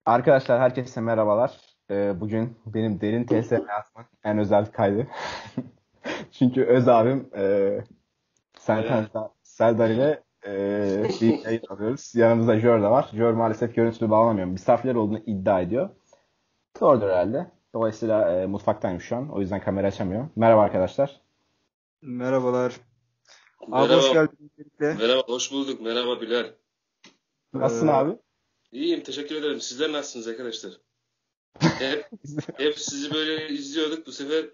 Arkadaşlar herkese merhabalar. Bugün benim derin TS hayatımın en özel kaydı. Çünkü öz abim He, Serdar ile bir yayın alıyoruz. Yanımızda Jör de var. Jör maalesef görüntülü bağlamıyor. Misafirler olduğunu iddia ediyor. Doğrudur herhalde. Dolayısıyla mutfaktayım şu an. O yüzden kamera açamıyor. Merhaba arkadaşlar. Merhabalar. Abi hoş merhaba, geldin öncelikle. merhaba, hoş bulduk. Merhaba Bilal. Nasılsın Ee, abi? İyiyim, teşekkür ederim. Sizler nasılsınız arkadaşlar? Hep sizi böyle izliyorduk bu sefer.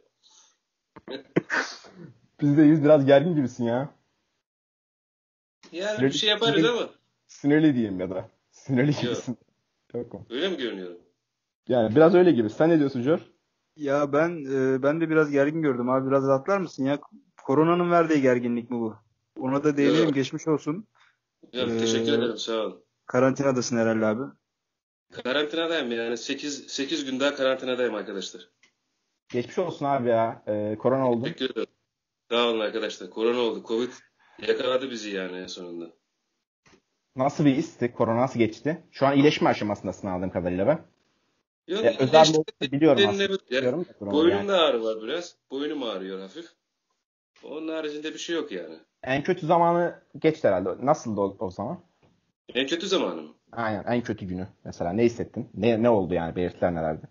Biz de yüz biraz gergin gibisin ya. Yani bir Sinirli, şey yaparız sinirli, ama. sinirli diyeyim ya da. Sinirli Yok, gibisin. Yok mu? öyle mi görünüyorum? Yani biraz öyle gibi. Sen ne diyorsun Jör? ya ben de biraz gergin gördüm abi. Biraz rahatlar mısın ya? Koronanın verdiği gerginlik mi bu? Ona da değinelim. Yok, Geçmiş olsun. yok, teşekkür Ee, ederim, sağ olun. karantinadasın herhalde abi. Karantinadayım yani. Sekiz gün daha karantinadayım arkadaşlar. Geçmiş olsun abi ya. Korona oldun. Teşekkür ederim. Sağ olun arkadaşlar. Korona oldu. Covid yakaladı bizi yani en sonunda. Nasıl bir histi? Korona nasıl geçti? Şu an iyileşme aşamasındasın anladığım kadarıyla ben. Yok, Özel bir iyileşti. olduğunu biliyorum aslında. Denilebilir. Yani, Biliyorum da koronayı yani. boynumda ağrı var biraz. Boynum ağrıyor hafif. Onun haricinde bir şey yok yani. En kötü zamanı geçti herhalde. Nasıldı o zaman? En kötü zamanım. Aynen en kötü günü. Mesela ne hissettin? Ne oldu yani? Belirtiler nelerdi?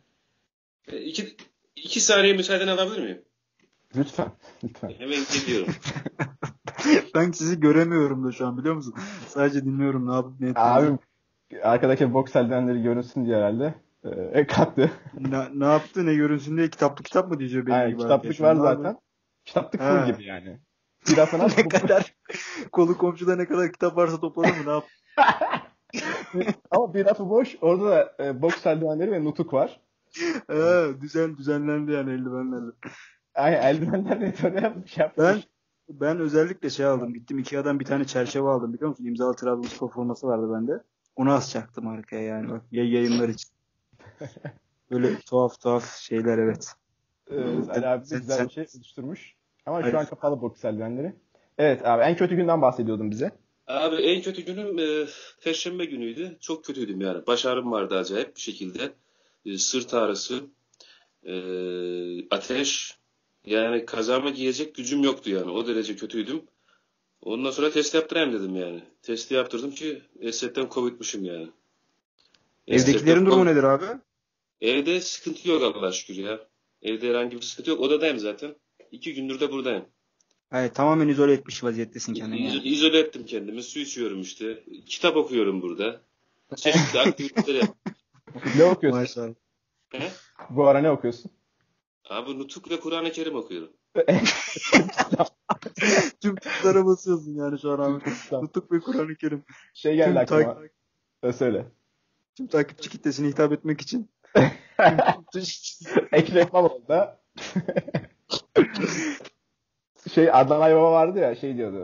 İki saniye müsaadeni alabilir miyim? Lütfen. Lütfen. Hemen geliyorum. Ben sizi göremiyorum da şu an biliyor musun? Sadece dinliyorum ne yapıp ne ettiğinizi. Abim arkadaki boks eldivenleri görünsün diye herhalde. Kalktı. Ne yaptı ne görünsün diye kitap mı diyeceğim benim Aynen gibi arkadaş kitaplık şu an. var Ne yapayım? zaten. Kitaplık full Ha. gibi yani. Bir lafına Ne kadar kolu komşuda ne kadar kitap varsa topladı mı ne yaptı? ama bir rafı boş. Orada da boks eldivenleri ve nutuk var. Düzenlendi yani eldivenlerle. Aynen eldivenlerle böyle şey Ben yapmış. ben özellikle şey aldım. Gittim Ikea'dan bir tane çerçeve aldım biliyor musun? İmzalı Trabzonspor forması vardı bende. Onu asacaktım arkaya yani bak yayınlar için. Böyle tuhaf tuhaf şeyler evet. Ali abi de Sen, güzel sen bir şey oluşturmuş. Ama şu Ay, an kapalı boks eldivenleri. Evet abi en kötü günden bahsediyordun bize. Abi en kötü günüm Perşembe günüydü. Çok kötüydüm yani. Baş ağrım vardı acayip bir şekilde. Sırt ağrısı, ateş. Yani kazağıma giyecek gücüm yoktu yani. O derece kötüydüm. Ondan sonra test yaptırayım dedim yani. Testi yaptırdım ki Esset'ten Covid'mişim yani. Esset'ten evdekilerin durumu Covid. nedir abi? Evde sıkıntı yok Allah'a şükür ya. Evde herhangi bir sıkıntı yok. Odadayım zaten. 2 gündür de buradayım. Hayır, tamamen izole etmiş vaziyettesin kendini yani. İzole ettim kendimi. Su içiyorum işte. Kitap okuyorum burada. Çeşitli aktiviteler yap. Ne okuyorsun? Maşallah. He? Bu ara ne okuyorsun? Abi Nutuk ve Kur'an-ı Kerim okuyorum. Tüm tuşlara basıyorsun yani şu an abi. Tamam. Nutuk ve Kur'an-ı Kerim. Şey geldi Tüm, tak aklıma. Söyle. tüm takipçi kitlesine hitap etmek için. Tüm tuş. Ekrem İmamoğlu'nda şey Adnan Aybaba vardı ya şey diyordu.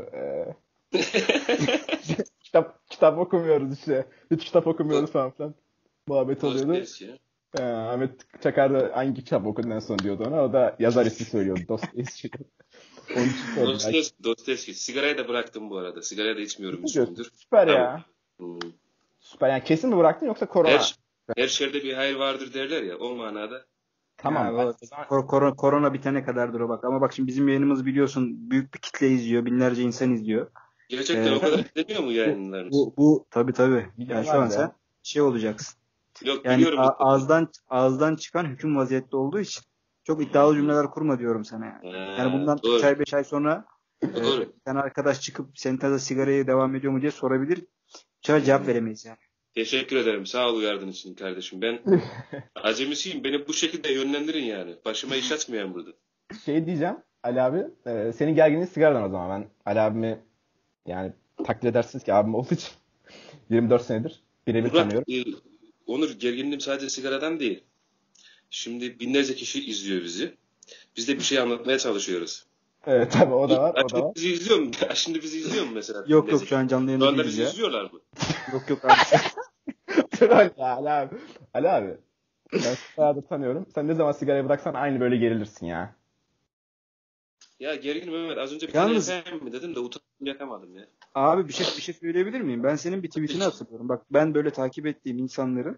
Kitap okumuyoruz işte. Hiç kitap okumuyoruz falan filan. Muhabbet oluyordu. Dostoyevski. Ahmet Çakar da hangi kitap okudun en son diyordu ona. O da yazar ismi söylüyordu. Dostoyevski. Onun için sordum. Belki Dostoyevski. Sigarayı da bıraktım bu arada. Sigarayı da içmiyorum 3 diyorsun. gündür. Süper Tabii. ya. Hmm. Süper. Yani kesin mi bıraktın yoksa korona? Her, her şerde bir hayır vardır derler ya. O manada. Tamam. Ya o O zaman korona bitene kadar dur bak. Ama bak şimdi bizim yayınımız biliyorsun büyük bir kitle izliyor. Binlerce insan izliyor. Gerçekten Ee, o kadar izleniyor mu bu, yayınlarınız? bu tabii. Yani şu an milyonlarca sen ya. şey olacaksın. Yok Yani biliyorum izlediğini. ağızdan çıkan hüküm vaziyette olduğu için çok iddialı cümleler kurma diyorum sana yani. Yani bundan 3 Doğru. ay 5 ay sonra Doğru. bir tane arkadaş çıkıp senin tarzda sigaraya devam ediyor mu diye sorabilir. Bu sefer cevap veremeyiz yani. Teşekkür ederim. Sağ ol uyardığın için kardeşim. Ben acemisiyim. Beni bu şekilde yönlendirin yani. Başıma iş açmayan burada. Şey diyeceğim Ali abi. Senin gerginliğin sigaradan o zaman. Ben Ali abimi yani takdir edersiniz ki abim olduğu için 24 senedir birebir Murat, tanıyorum. Onur gerginliğim sadece sigaradan değil. Şimdi binlerce kişi izliyor bizi. Biz de bir şey anlatmaya çalışıyoruz. Evet tabii o da var. O da Şimdi var. bizi izliyor mu? Şimdi bizi izliyor mu mesela Yok binlerce şu kişi? an canlı Şu yayında anda değiliz bizi ya. izliyorlar mı? Yok abi. Troll ya Ali abi. Ali abi. Ben bayağı da tanıyorum. Sen ne zaman sigarayı bıraksan aynı böyle gerilirsin ya. Ya gerginim Mehmet. Az önce bir tane Yalnız yakayım mı dedim de utandım yakamadım ya. abi bir şey söyleyebilir miyim? Ben senin bir tweetini hatırlıyorum. Bak ben böyle takip ettiğim insanları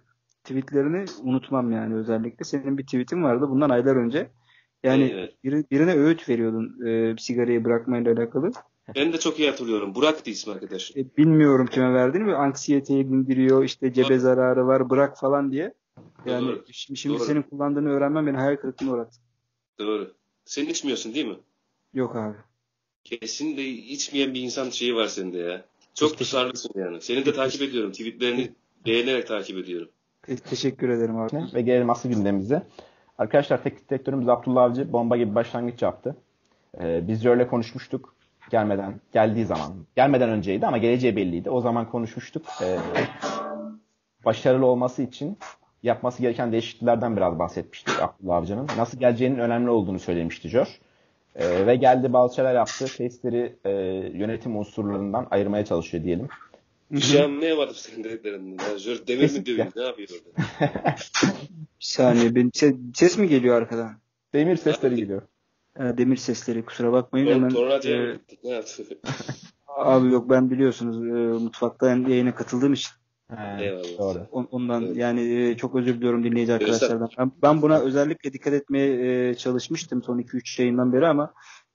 tweetlerini unutmam yani özellikle. Senin bir tweetin vardı bundan aylar önce. Yani Evet. birine öğüt veriyordun sigarayı bırakmayla alakalı. Ben de çok iyi hatırlıyorum. Burak'tı ismi arkadaşım. Bilmiyorum kime verdiğini ve anksiyeteyi bindiriyor, işte cebe Doğru. zararı var, bırak falan diye. Yani Doğru. şimdi Doğru. senin kullandığını öğrenmem beni hayal kırıklığına uğrattı. Doğru. Sen içmiyorsun değil mi? Yok abi. Kesin de içmeyen bir insan şeyi var sende ya. Çok Teşekkür, tutarlısın yani. Seni de takip ediyorum. Tweetlerini beğenerek takip ediyorum. teşekkür ederim abi. Ve gelelim asıl gündemimize. Arkadaşlar teknik direktörümüz Abdullah Avcı bomba gibi başlangıç yaptı. Biz öyle konuşmuştuk. Geldiği zaman. Gelmeden önceydi ama geleceği belliydi. O zaman konuşmuştuk. Başarılı olması için yapması gereken değişikliklerden biraz bahsetmiştik Abdullah Avcı'nın. Nasıl geleceğinin önemli olduğunu söylemişti Josh. Ve geldi bazı şeyler yaptı. Testleri yönetim unsurlarından ayırmaya çalışıyor diyelim. Bir şey anlayamadım senin dediklerinden. Jör demir mi dövüyor? Ne yapıyor orada? Bir saniye. Ses mi geliyor arkadan? Demir sesleri geliyor. Demir sesleri. Kusura bakmayın. Hemen, Tornacıya gittik. Ne yaptı? abi yok ben biliyorsunuz mutfakta yayına katıldığım için. Eyvallah. Doğru. Ondan Evet. yani çok özür diliyorum dinleyici arkadaşlardan. Ben buna özellikle dikkat etmeye çalışmıştım son 2-3 yayından beri ama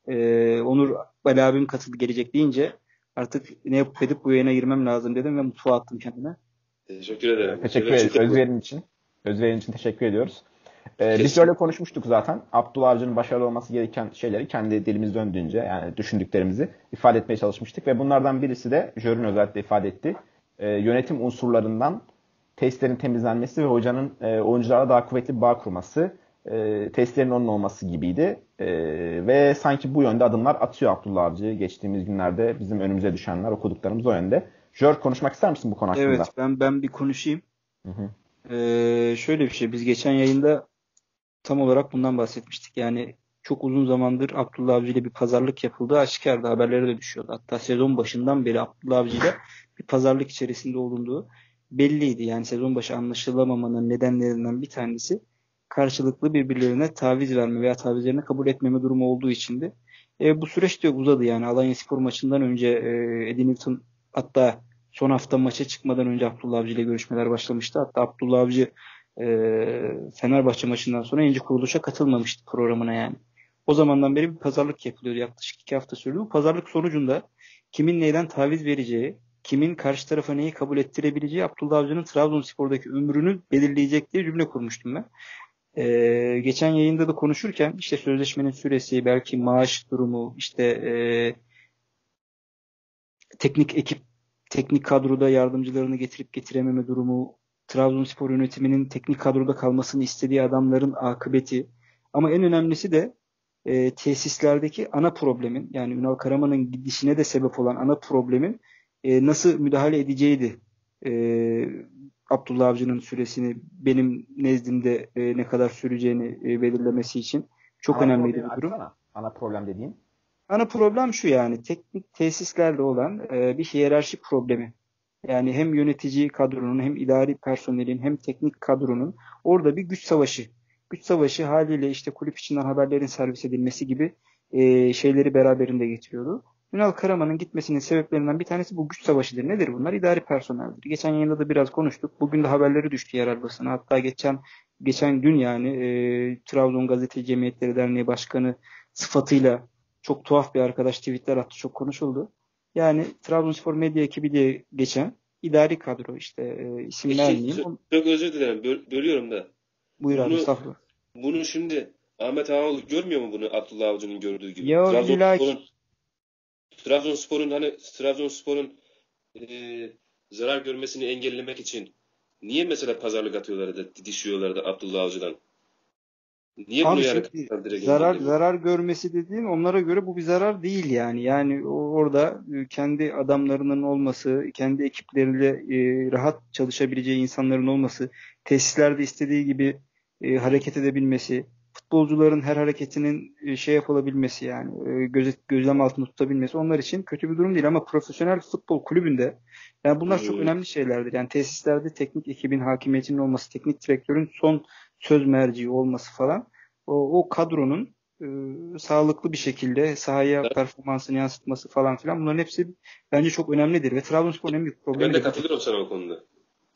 Onur Ali abim katıldı gelecek deyince artık ne yapıp edip bu yayına girmem lazım dedim ve mutfağa attım kendime. Teşekkür ederim. Teşekkür ederiz. Özverin için teşekkür ediyoruz. Biz öyle konuşmuştuk zaten. Abdullah Avcı'nın başarılı olması gereken şeyleri kendi dilimiz döndüğünce yani düşündüklerimizi ifade etmeye çalışmıştık ve bunlardan birisi de Jör'ün özellikle ifade ettiği yönetim unsurlarından testlerin temizlenmesi ve hocanın oyuncularla daha kuvvetli bir bağ kurması, testlerin onun olması gibiydi. Ve sanki bu yönde adımlar atıyor Abdullah Avcı. Geçtiğimiz günlerde bizim önümüze düşenler, okuduklarımız o yönde. Jör konuşmak ister misin bu konu hakkında? Evet ben bir konuşayım. Hı. Şöyle bir şey biz geçen yayında tam olarak bundan bahsetmiştik. Yani çok uzun zamandır Abdullah Avcı ile bir pazarlık yapıldığı aşikardı. Haberlere de düşüyordu. Hatta sezon başından beri Abdullah Avcı ile bir pazarlık içerisinde olunduğu belliydi. Yani sezon başı anlaşılamamanın nedenlerinden bir tanesi karşılıklı birbirlerine taviz verme veya tavizlerini kabul etmeme durumu olduğu içindi. Bu süreç de uzadı yani. Alanyaspor maçından önce Eddie Newton hatta son hafta maça çıkmadan önce Abdullah Avcı ile görüşmeler başlamıştı. Hatta Abdullah Avcı Fenerbahçe maçından sonra yayıncı kuruluşa katılmamıştı programına yani. O zamandan beri bir pazarlık yapılıyordu. Yaklaşık 2 hafta sürdü. Bu pazarlık sonucunda kimin neyden taviz vereceği, kimin karşı tarafa neyi kabul ettirebileceği Abdullah Avcı'nın Trabzonspor'daki ömrünü belirleyecek diye cümle kurmuştum ben. Geçen yayında da konuşurken işte sözleşmenin süresi, belki maaş durumu, işte teknik ekip, teknik kadroda yardımcılarını getirip getirememe durumu, Trabzonspor yönetiminin teknik kadroda kalmasını istediği adamların akıbeti. Ama en önemlisi de tesislerdeki ana problemin, yani Ünal Karaman'ın gidişine de sebep olan ana problemin nasıl müdahale edeceğiydi. Abdullah Avcı'nın süresini benim nezdimde ne kadar süreceğini belirlemesi için çok önemliydi bu durum. Ana problem dediğin? Ana problem şu yani teknik tesislerde olan bir hiyerarşi problemi. Yani hem yönetici kadronun hem idari personelin hem teknik kadronun orada bir güç savaşı. Güç savaşı haliyle işte kulüp içinden haberlerin servis edilmesi gibi şeyleri beraberinde getiriyordu. Ünal Karaman'ın gitmesinin sebeplerinden bir tanesi bu güç savaşıdır. Nedir bunlar? İdari personeldir. Geçen yayında da biraz konuştuk. Bugün de haberleri düştü yerel basına. Hatta geçen gün yani Trabzon Gazeteci Cemiyetleri Derneği Başkanı sıfatıyla çok tuhaf bir arkadaş tweetler attı. Çok konuşuldu. Yani Trabzonspor medya ekibi diye geçen idari kadro işte isim vermeyeyim. Çok özür dilerim. Bölüyorum da. Buyur abi estağfurullah. Bunu şimdi Ahmet Ağaoğlu görmüyor mu bunu Abdullah Avcı'nın gördüğü gibi? Ya Trabzonspor'un zarar görmesini engellemek için niye mesela pazarlık atıyorlar da didişiyorlar da Abdullah Avcı'dan? Niye bunu yani zarar görmesi dediğin onlara göre bu bir zarar değil yani. Yani orada kendi adamlarının olması, kendi ekipleriyle rahat çalışabileceği insanların olması, tesislerde istediği gibi hareket edebilmesi, futbolcuların her hareketinin şey yapılabilmesi yani gözlem altında tutabilmesi onlar için kötü bir durum değil ama profesyonel futbol kulübünde yani bunlar çok önemli şeylerdir. Yani tesislerde teknik ekibin hakimiyetinin olması, teknik direktörün son söz merci olması falan o kadronun sağlıklı bir şekilde sahaya performansını yansıtması falan filan bunların hepsi bence çok önemlidir ve Trabzonspor'un en büyük problemi. Ben de katılıyorum sana o konuda.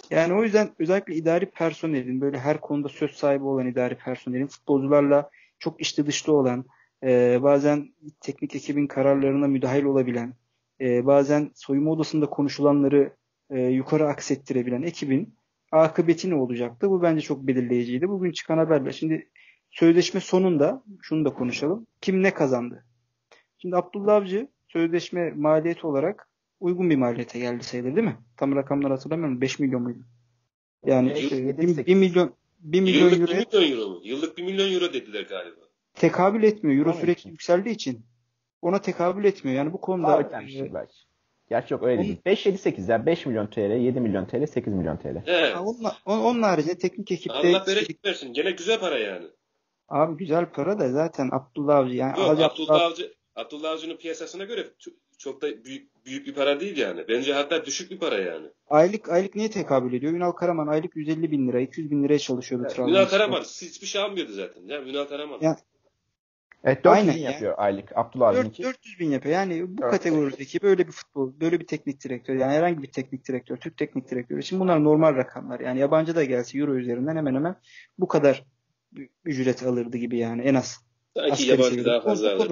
Yani o yüzden özellikle idari personelin, böyle her konuda söz sahibi olan idari personelin, futbolcularla çok içli dışlı olan, bazen teknik ekibin kararlarına müdahil olabilen, bazen soyunma odasında konuşulanları yukarı aksettirebilen ekibin akıbeti ne olacaktı? Bu bence çok belirleyiciydi. Bugün çıkan haberler. Şimdi sözleşme sonunda şunu da konuşalım. Kim ne kazandı? Şimdi Abdullah Avcı sözleşme maliyeti olarak uygun bir maliyete geldi sayılır, değil mi? Tam rakamları hatırlamıyorum. 5 milyon muydu? Yani Yıl- 1 milyon 1 milyon Yıllık 1 euroya milyon euro mu? Yıllık 1 milyon euro dediler galiba. tekabül etmiyor. Euro Tamam sürekli için. yükseldiği için ona tekabül etmiyor. Yani bu konuda Sabitlenmiştir belki. Gerçi yok öyle değil. 5-7-8 ya. 5 milyon TL, 7 milyon TL, 8 milyon TL. Evet. onun haricinde teknik ekipte Allah bereket versin. Gene güzel para yani. abi güzel para da zaten Abdullah Avcı yani Yok, Hacı Abdullah Avcı'nın piyasasına göre çok da büyük bir para değil yani. Bence hatta düşük bir para yani. aylık niye tekabül ediyor? Ünal Karaman aylık 150 bin lira, 200 bin liraya çalışıyordu Ünal Trabzonspor. Karaman hiçbir şey almıyordu zaten. Ya Ünal Karaman. Yani, Evet 400 aynen bin yani. yapıyor aylık Abdullah Avcı'nınki. 400 bin yapıyor. Yani bu 400. kategorideki böyle bir futbol, böyle bir teknik direktör, yani herhangi bir teknik direktör, Türk teknik direktörü için bunlar normal rakamlar. Yani yabancı da gelse Euro üzerinden hemen hemen bu kadar ücret alırdı gibi yani en az. Sanki Asgari yabancı seviyede. daha fazla alır.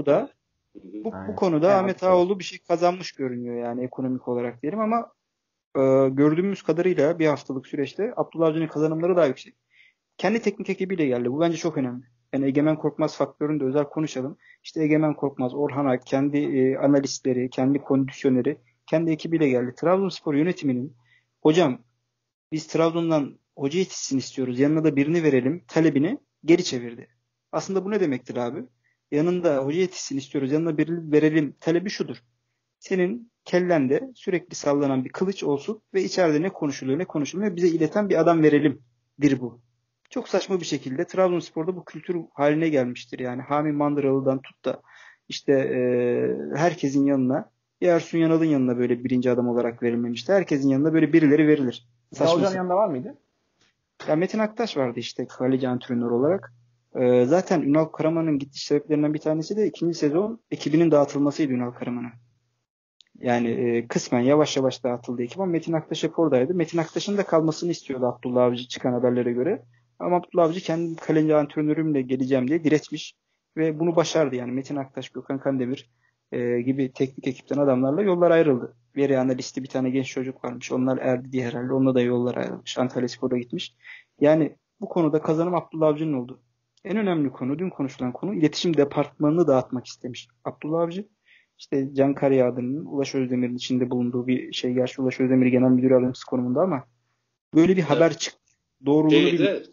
Bu Aynen. konuda Yani Ahmet Ağaoğlu bir şey kazanmış görünüyor yani ekonomik olarak diyelim ama gördüğümüz kadarıyla bir haftalık süreçte Abdullah Avcı'nın kazanımları daha yüksek. Kendi teknik ekibiyle geldi. Bu bence çok önemli. Yani Egemen Korkmaz faktörünü de özel konuşalım. İşte Egemen Korkmaz, Orhan Ak, kendi analistleri, kendi kondisyoneri, kendi ekibiyle geldi. Trabzonspor yönetiminin hocam biz Trabzon'dan hoca yetişsin istiyoruz. Yanına da birini verelim talebini geri çevirdi. Aslında bu ne demektir abi? Yanında hoca yetişsin istiyoruz. Yanına birini verelim talebi şudur. Senin kellende sürekli sallanan bir kılıç olsun ve içeride ne konuşuluyor ne konuşulmuyor bize ileten bir adam verelimdir bu. Çok saçma bir şekilde Trabzonspor'da bu kültür haline gelmiştir. Yani Hami Mandıralı'dan tut da işte herkesin yanına Ersun Yanal'ın yanına böyle birinci adam olarak verilmemişti. Herkesin yanına böyle birileri verilir. Ünal Hoca'nın yanında var mıydı? Ya Metin Aktaş vardı işte kaleci antrenör olarak. Zaten Ünal Karaman'ın gidiş sebeplerinden bir tanesi de ikinci sezon ekibinin dağıtılmasıydı Ünal Karaman'a. Yani kısmen yavaş yavaş dağıtıldı ekip ama Metin Aktaş hep oradaydı. Metin Aktaş'ın da kalmasını istiyordu Abdullah Avcı çıkan haberlere göre. Ama Abdullah Avcı kendi kaleci antrenörümle geleceğim diye diretmiş. Ve bunu başardı yani. Metin Aktaş, Gökhan Kandemir gibi teknik ekipten adamlarla yollar ayrıldı. Veri analisti bir tane genç çocuk varmış. Onlar erdi diye herhalde. Onunla da yollar ayrılmış. Antalyaspor'a gitmiş. Yani bu konuda kazanım Abdullah Avcı'nın oldu. En önemli konu, dün konuşulan konu iletişim departmanını dağıtmak istemiş Abdullah Avcı. İşte Can Karyağdı'nın Ulaş Özdemir'in içinde bulunduğu bir şey. Gerçi Ulaş Özdemir genel müdür yardımcısı konumunda ama böyle bir haber çıktı. Doğruluğunu bilmiyorum.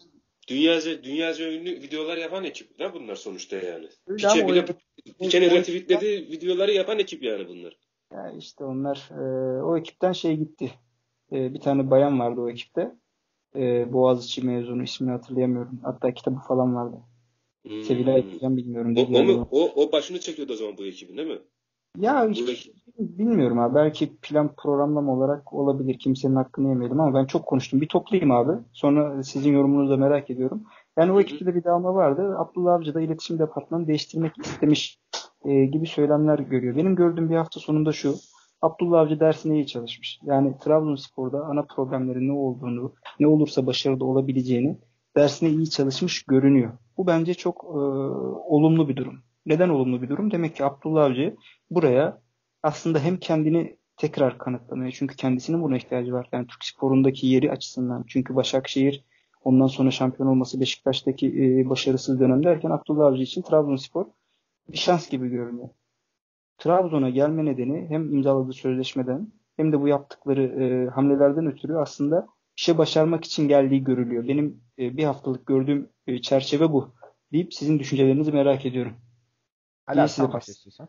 Dünyaca ünlü videolar yapan ekip. Ne bunlar sonuçta yani? Öyle ama Piçe'nin retweetlediği videoları yapan ekip yani bunlar. yani işte onlar o ekipten şey gitti. Bir tane bayan vardı o ekipte. Boğaziçi mezunu ismini hatırlayamıyorum. Hatta kitabı falan vardı. Sevilay diyeceğim bilmiyorum. O başını çekiyordu o zaman bu ekibin değil mi? Ya bilmiyorum abi. Belki plan programlama olarak olabilir. Kimsenin hakkını yemeyelim ama ben çok konuştum. Bir toplayayım abi. Sonra sizin yorumunuzu da merak ediyorum. Yani o ekipte de bir dağılma vardı. Abdullah Avcı da iletişim departmanını değiştirmek istemiş gibi söylemler görüyor. Benim gördüğüm bir hafta sonunda şu. Abdullah Avcı dersine iyi çalışmış. Yani Trabzonspor'da ana problemlerin ne olduğunu, ne olursa başarılı olabileceğini dersine iyi çalışmış görünüyor. Bu bence çok olumlu bir durum. Neden olumlu bir durum? Demek ki Abdullah Avcı buraya aslında hem kendini tekrar kanıtlamaya çünkü kendisinin buna ihtiyacı var. Yani Türk sporundaki yeri açısından. Çünkü Başakşehir ondan sonra şampiyon olması Beşiktaş'taki başarısız dönem derken Abdullah Avcı için Trabzonspor bir şans gibi görünüyor. Trabzon'a gelme nedeni hem imzaladığı sözleşmeden hem de bu yaptıkları hamlelerden ötürü aslında bir şey başarmak için geldiği görülüyor. Benim bir haftalık gördüğüm çerçeve bu deyip sizin düşüncelerinizi merak ediyorum. Hala sen baş istiyorsan.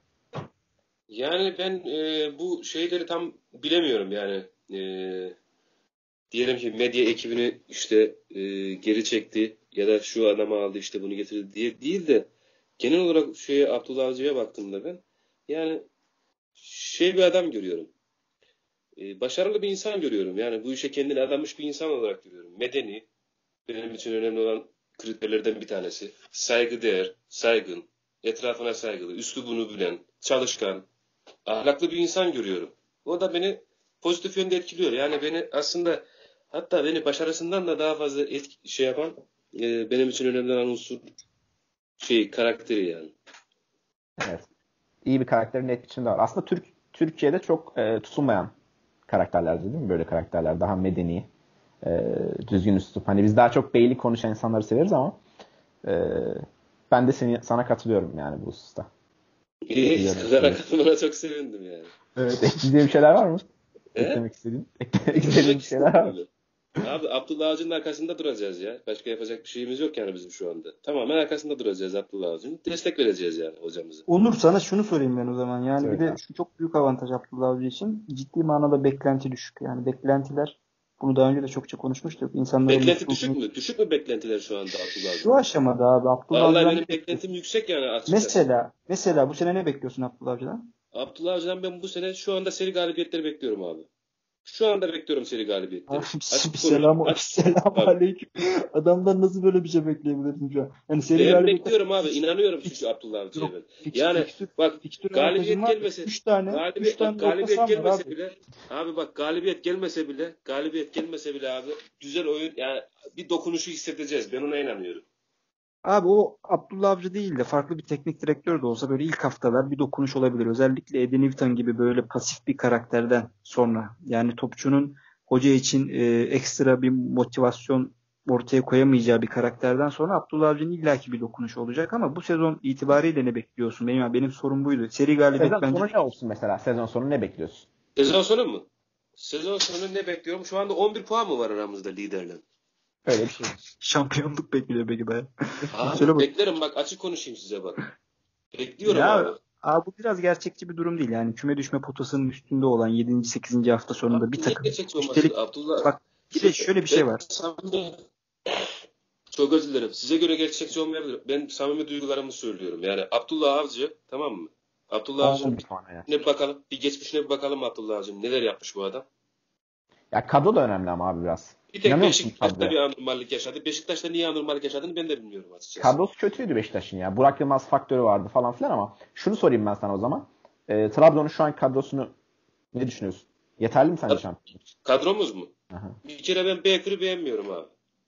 Yani ben bu şeyleri tam bilemiyorum yani. Diyelim ki medya ekibini işte geri çekti ya da şu adamı aldı işte bunu getirdi diye değil de genel olarak Abdullah Avcı'ya baktığımda ben yani bir adam görüyorum. Başarılı bir insan görüyorum. Yani bu işe kendini adamış bir insan olarak görüyorum. Medeni, benim için önemli olan kriterlerden bir tanesi. Saygıdeğer, saygın, etrafına saygılı, üslubunu bilen, çalışkan, ahlaklı bir insan görüyorum. O da beni pozitif yönde etkiliyor. Yani beni aslında Hatta beni başarısından da daha fazla şey yapan benim için önemli olan unsur karakteri yani. Evet. İyi bir karakterin net biçimde var. Aslında Türkiye'de çok tutulmayan karakterler değil mi? Böyle karakterler daha medeni, düzgün üslup. Hani biz daha çok beylik konuşan insanları severiz ama ben de sana katılıyorum yani bu hususta. İyi, kızlara katılmana çok sevindim yani. Evet, ekleyeceğim şeyler var mı? He? Eklemek istediğin şeyler var mı? Abi Abdullah Avcı'nın arkasında duracağız ya. Başka yapacak bir şeyimiz yok yani bizim şu anda. Tamamen arkasında duracağız Abdullah Avcı'nın. Destek vereceğiz yani hocamıza. Onur, sana şunu sorayım ben o zaman. Yani Söyle bir de abi. şu çok büyük avantaj Abdullah Avcı için. Ciddi manada beklenti düşük. Yani beklentiler, bunu daha önce de çokça konuşmuştuk. İnsanların Beklenti düşük mü? Düşük mü beklentiler şu anda Abdullah Avcı'nın? Şu aşamada abi Abdullah Vallahi Avcı'dan benim beklentim yüksek yani açıkçası. mesela bu sene ne bekliyorsun Abdullah Avcı'dan? Abdullah Avcı'dan ben bu sene şu anda seri galibiyetleri bekliyorum abi. Şu anda bekliyorum seri galibiyetleri. Selam aleyküm. Adamdan nasıl böyle bir şey bekleyebilirsin şu an? Yani seri Ben galibiyet bekliyorum abi. İnanıyorum çünkü Abdullah Avcı'ya ben. Yani bak galibiyet gelmese 3 tane galibiyet gelmese abi. bile abi bak galibiyet gelmese bile abi güzel oyun yani bir dokunuşu hissedeceğiz. Ben ona inanıyorum. Abi o Abdullah Avcı değil de farklı bir teknik direktör de olsa böyle ilk haftalar bir dokunuş olabilir. Özellikle Eddie Newton gibi böyle pasif bir karakterden sonra. Yani topçunun hoca için ekstra bir motivasyon ortaya koyamayacağı bir karakterden sonra Abdullah Avcı'nın illaki bir dokunuş olacak ama bu sezon itibariyle ne bekliyorsun? Benim sorum buydu. Seri galibiyet Sezon bence sonu ne olsun mesela? Sezon sonu ne bekliyorsun? Sezon sonu mu? Sezon sonu ne bekliyorum? Şu anda 11 puan mı var aramızda liderle? Öyle bir şey. şampiyonluk bekliyor belki de. Abi beklerim bak açık konuşayım size bak. Bekliyorum Ya, abi. bu biraz gerçekçi bir durum değil. Yani küme düşme potasının üstünde olan 7. 8. hafta sonunda Abi bir niye takım. gerçekçi olmasın Üstelik Abdullah? bak bir de şöyle bir şey var. Çok özür dilerim. Size göre gerçekçi olmayabilir. Ben samimi duygularımı söylüyorum. Yani Abdullah Avcı tamam mı? Abdullah Avcı'nın bir bakalım. Bir geçmişine bir bakalım Abdullah Avcı'nın. Neler yapmış bu adam? Ya kadro da önemli ama abi biraz. Bir tek Beşiktaş'ta bir anormallik yaşadı. Beşiktaş'ta niye anormallik yaşadığını ben de bilmiyorum açıkçası. Kadrosu kötüydü Beşiktaş'ın ya. Burak Yılmaz faktörü vardı falan filan ama şunu sorayım ben sana o zaman. Trabzon'un şu an kadrosunu ne düşünüyorsun? Yeterli mi sence şampiyonluk? Kadromuz mu? Aha. Bir kere ben Baker'ı beğenmiyorum abi.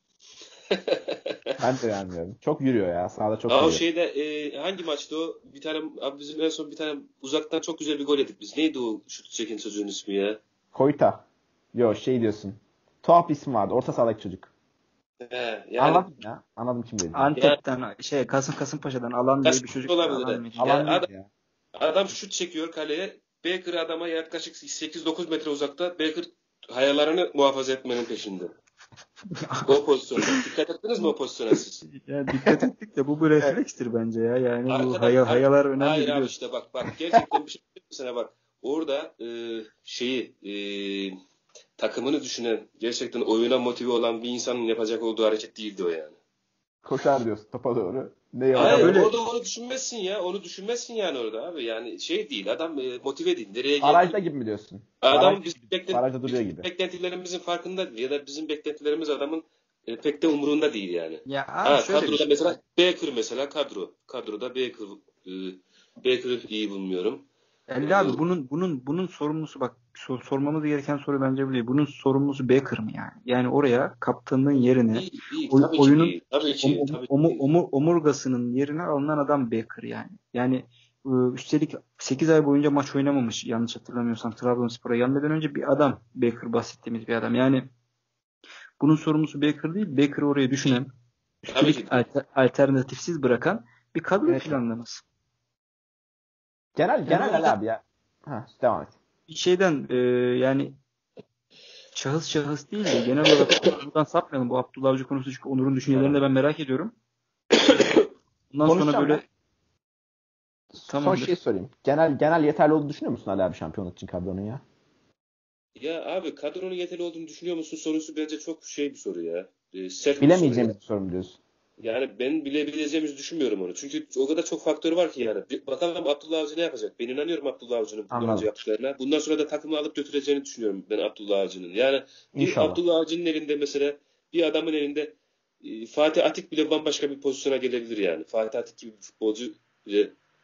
Ben de beğenmiyorum. Çok yürüyor ya. Sahada çok o yürüyor. Hangi maçtı o? Bir tane abi bizim en son bir tane uzaktan çok güzel bir gol yedik biz. Neydi o şut çeken çocuğun ismi ya? Koyta. Yo diyorsun. Tuhaf bir isim vardı. Orta sahadaki çocuk. Yani, anladım ya. Anladım kim dedi. Antep'ten Kasımpaşa'dan Alan diye bir çocuk. Olabilir. Adam şut çekiyor kaleye. Baker adama yaklaşık 8-9 metre uzakta. Baker hayalarını muhafaza etmenin peşinde. O pozisyona. Dikkat ettiniz mi o pozisyona siz? Ya dikkat ettik de bu reflekstir bence ya. Yani bu hayalar önemli. Hayır abi işte bak gerçekten bir şey sana bak. Orada takımını düşünen, gerçekten oyuna motive olan bir insanın yapacak olduğu hareket değildi o yani. Koşar diyorsun topa doğru. Hayır orada onu düşünmezsin ya. Onu düşünmezsin yani orada abi. Yani değil. Adam motive değil. Nereye geldi? Arajda gibi mi diyorsun? Adam Barajda duruyor gibi. Beklentilerimizin farkında değil. Ya da bizim beklentilerimiz adamın pek de umurunda değil yani. Ya abi kadroda şey. Mesela Baker mesela kadroda Baker'ı iyi bulmuyorum. Elli abi bunun sorumlusu bak sormamız gereken soru bence bu değil. Bunun sorumlusu Baker mı yani? Yani oraya kaptanın yerine oyunun omurgasının yerine alınan adam Baker yani. Yani üstelik 8 ay boyunca maç oynamamış yanlış hatırlamıyorsam Trabzonspor'a gelmeden önce bir adam Baker bahsettiğimiz bir adam. Yani bunun sorumlusu Baker değil. Baker'ı oraya düşünen üstelik alternatifsiz bırakan bir kadro planlaması. Genel abi ya. Devam et. Bir şeyden yani şahıs değil de genel olarak buradan sapmayalım bu Abdullah Avcı konusu çünkü Onur'un düşüncelerini de ben merak ediyorum. Bundan sonra böyle son şey sorayım. Genel yeterli olduğunu düşünüyor musun Ali abi şampiyonluk için kadronun ya? Ya abi kadronun yeterli olduğunu düşünüyor musun sorusu bence çok bir soru ya. Sert bilemeyeceğimiz bir soru mu diyorsun? Yani ben bilebileceğimizi düşünmüyorum onu. Çünkü o kadar çok faktörü var ki yani. Bakalım Abdullah Avcı ne yapacak? Ben inanıyorum Abdullah Avcı'nın bundan önce yaptıklarına. Bundan sonra da takımı alıp götüreceğini düşünüyorum ben Abdullah Avcı'nın. Yani bir Abdullah Avcı'nın elinde mesela bir adamın elinde Fatih Atik bile bambaşka bir pozisyona gelebilir yani. Fatih Atik gibi bir futbolcu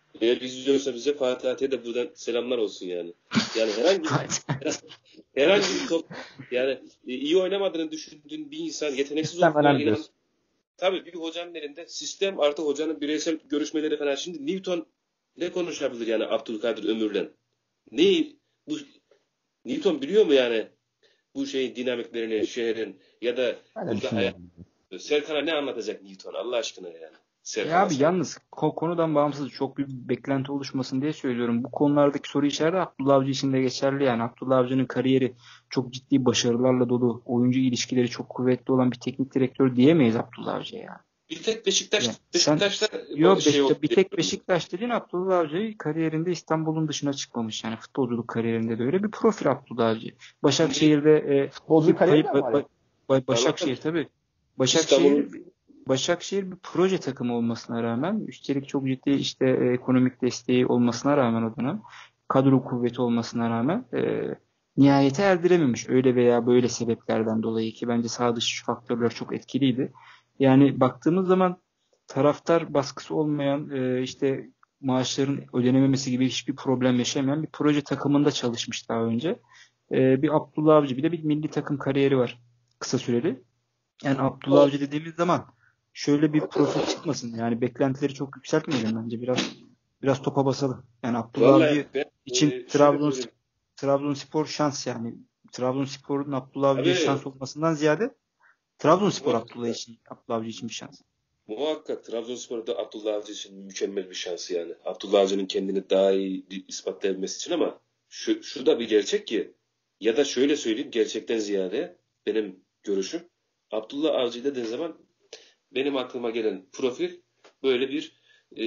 Eğer biz izliyorsa bize Fatih Atay'a da buradan selamlar olsun yani. Yani herhangi bir top yani iyi oynamadığını düşündüğün bir insan yeteneksiz Sistem olduğuna önemli inan. diyorsun. Tabii bir hocanın elinde sistem artı hocanın bireysel görüşmeleri falan. Şimdi Newton ne konuşabilir yani Abdülkadir Ömür'le? Neyi bu Newton biliyor mu yani bu şeyin dinamiklerini, şehrin ya da Ben de burada hayat düşünüyorum. Serkan'a ne anlatacak Newton Allah aşkına yani. Ya Serkan'a abi yalnız konudan bağımsız çok büyük bir beklenti oluşmasın diye söylüyorum. Bu konulardaki soru işareti Abdullah Avcı için de geçerli yani. Abdullah Avcı'nın kariyeri çok ciddi başarılarla dolu, oyuncu ilişkileri çok kuvvetli olan bir teknik direktör diyemeyiz Abdullah Avcı'ya yani. bir tek Beşiktaş Yani Beşiktaş'ta Yok, oldu bir diye tek biliyorum. Beşiktaş dediğin Abdullah Avcı kariyerinde İstanbul'un dışına çıkmamış. Yani futbolculuk kariyerinde de öyle bir profil Abdullah Avcı. Başakşehir'de Futbolcu kariyeri de mi var ya? Başakşehir tabii. İstanbul'un Başakşehir bir proje takımı olmasına rağmen üstelik çok ciddi işte ekonomik desteği olmasına rağmen o dönem kadro kuvveti olmasına rağmen nihayete erdirememiş. Öyle veya böyle sebeplerden dolayı ki bence sağ dışı faktörler çok etkiliydi. Yani baktığımız zaman taraftar baskısı olmayan işte maaşların ödenememesi gibi hiçbir problem yaşamayan bir proje takımında çalışmış daha önce. Bir Abdullah Avcı bir de bir milli takım kariyeri var kısa süreli. Yani Abdullah Avcı dediğimiz zaman şöyle bir profil çıkmasın. Yani beklentileri çok yükseltmeyelim bence. Biraz topa basalım. Yani Abdullah vallahi Avcı ben için şöyle söyleyeyim. Trabzonspor şans yani. Trabzonspor'un Abdullah Avcı'ya Abi şans olmasından ziyade Trabzonspor Abdullah Avcı için bir şans. muhakkak Trabzonspor'da Abdullah Avcı için mükemmel bir şans yani. Abdullah Avcı'nın kendini daha iyi ispatlayabilmesi için ama şu da bir gerçek ki ya da şöyle söyleyeyim gerçekten ziyade benim görüşüm Abdullah Avcı dediğin zaman benim aklıma gelen profil böyle bir e,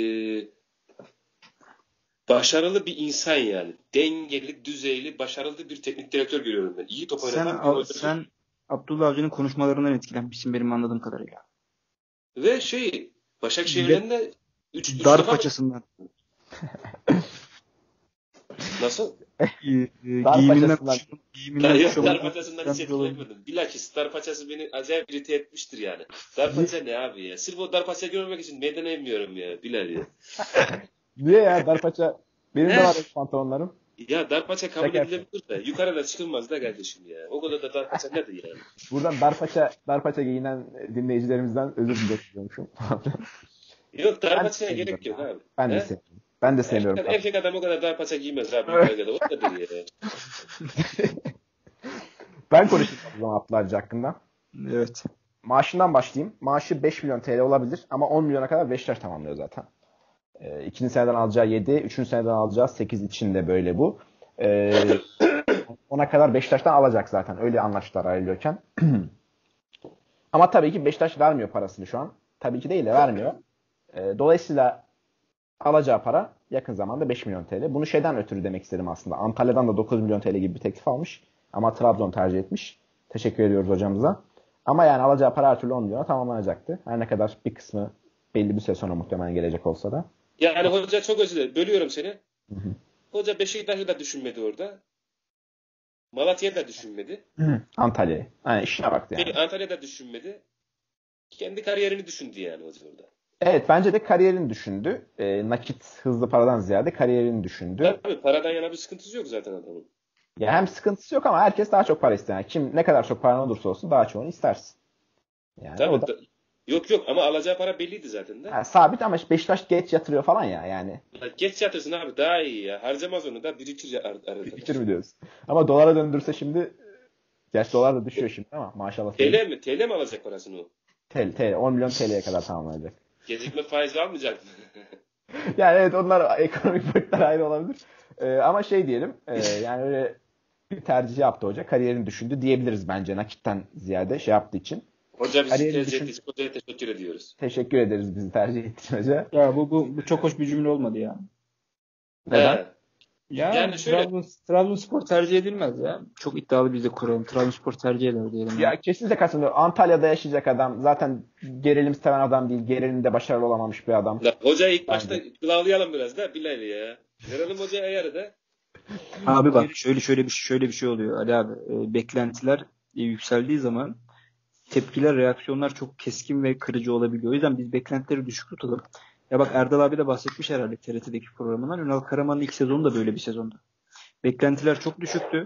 başarılı bir insan yani. Dengeli, düzeyli, başarılı bir teknik direktör görüyorum ben. İyi top oynatan bir hoca. Sen Abdullah Avcı'nın konuşmalarından etkilenmişsin benim anladığım kadarıyla. Ve Ve Başakşehir'den de 3 dar defa paçasından. nasıl? Dar Giyiminden paçasından. Yok, dar kuşamından paçasından hiç etkilenmiş olabilir. etkilenmedim. Bilakis dar paçası beni acayip irite etmiştir yani. Dar paça ne abi ya? Sırf o dar paçayı görmek için meydana inmiyorum ya. Bilal ya. Niye ya dar paça? Benim de Ne? var pantolonlarım. Ya dar paça kabul Şeker. edilebilir de yukarıda çıkılmaz da kardeşim ya. O kadar da dar paça nedir yani? Buradan dar paça giyinen dinleyicilerimizden özür diliyormuşum. Yok dar Ben de paçaya sevmiyorum gerek yok ya. abi. Ben de He? sevmiyorum. Ben de sevmiyorum. Erkek adam o kadar dar paça giymez abi yukarıda. O kadar ya. Ben konuşayım o zaman Abdullah Avcı hakkında. Evet. Maaşından başlayayım. Maaşı 5 milyon TL olabilir ama 10 milyona kadar Beşiktaş tamamlıyor zaten. İkinci seneden alacağı 7, üçüncü seneden alacağı 8 içinde böyle bu. Ona kadar Beşiktaş'tan alacak zaten. Öyle anlaştılar ayrılıyorken. Ama tabii ki Beşiktaş vermiyor parasını şu an. Tabii ki değil de vermiyor. Dolayısıyla alacağı para yakın zamanda 5 milyon TL. Bunu şeyden ötürü demek istedim aslında. Antalya'dan da 9 milyon TL gibi bir teklif almış. Ama Trabzon tercih etmiş. Teşekkür ediyoruz hocamıza. Ama yani alacağı para her türlü 10 milyona tamamlanacaktı. Her ne kadar bir kısmı belli bir süre sonra muhtemelen gelecek olsa da. Yani hoca çok özür dilerim. Bölüyorum seni. Hı hı. Hoca Beşiktaş'ı da düşünmedi orada. Malatya'yı da düşünmedi. Antalya'yı. Yani işine baktı yani. Antalya'da düşünmedi. Kendi kariyerini düşündü yani hoca orada. Evet bence de kariyerini düşündü. Nakit hızlı paradan ziyade kariyerini düşündü. Tabii paradan yana bir sıkıntısı yok zaten adamın. Ya hem sıkıntısı yok ama herkes daha çok para ister. Yani kim ne kadar çok paran olursa olsun daha çoğunu istersin. Yani Tabii. o da Yok ama alacağı para belliydi zaten de. yani sabit ama Beşiktaş geç yatırıyor falan ya yani. Ya geç yatırsın abi daha iyi ya. Harcamaz onu da birikir arada. Fikir mi diyoruz? Ama dolara döndürse şimdi gerçi dolar da düşüyor şimdi ama maşallah. TL mi alacak parasını o? TL 10 milyon TL'ye kadar tamamlanacak. Gecikme faizi almayacak mı? Yani evet onlar ekonomik boyutlar ayrı olabilir. Ama şey diyelim yani öyle bir tercih yaptı hoca. Kariyerini düşündü diyebiliriz bence nakitten ziyade şey yaptığı için. Hoca bizi Kariyerini tercih düşün- ettiği için hocaya teşekkür ediyoruz. Teşekkür ederiz bizi tercih ettiğin hoca. Ya bu çok hoş bir cümle olmadı ya. Neden? He. Ya Yani şöyle Trabzonspor tercih edilmez ya. Çok iddialı biz de kuralım. Trabzonspor tercih eder diyelim. Ya kesinlikle katılıyorum. Antalya'da yaşayacak adam. Zaten gerilim seven adam değil. Gerilimde başarılı olamamış bir adam. hocayı ilk başta Bence. kılavlayalım biraz da Bilal ya. Verelim hocaya ayarı da. Abi bak şöyle bir şey oluyor Ali abi. Beklentiler yükseldiği zaman tepkiler, reaksiyonlar çok keskin ve kırıcı olabiliyor. O yüzden biz beklentileri düşük tutalım. Ya bak Erdal abi de bahsetmiş herhalde TRT'deki programından. Ünal Karaman'ın ilk sezonu da böyle bir sezondu. Beklentiler çok düşüktü.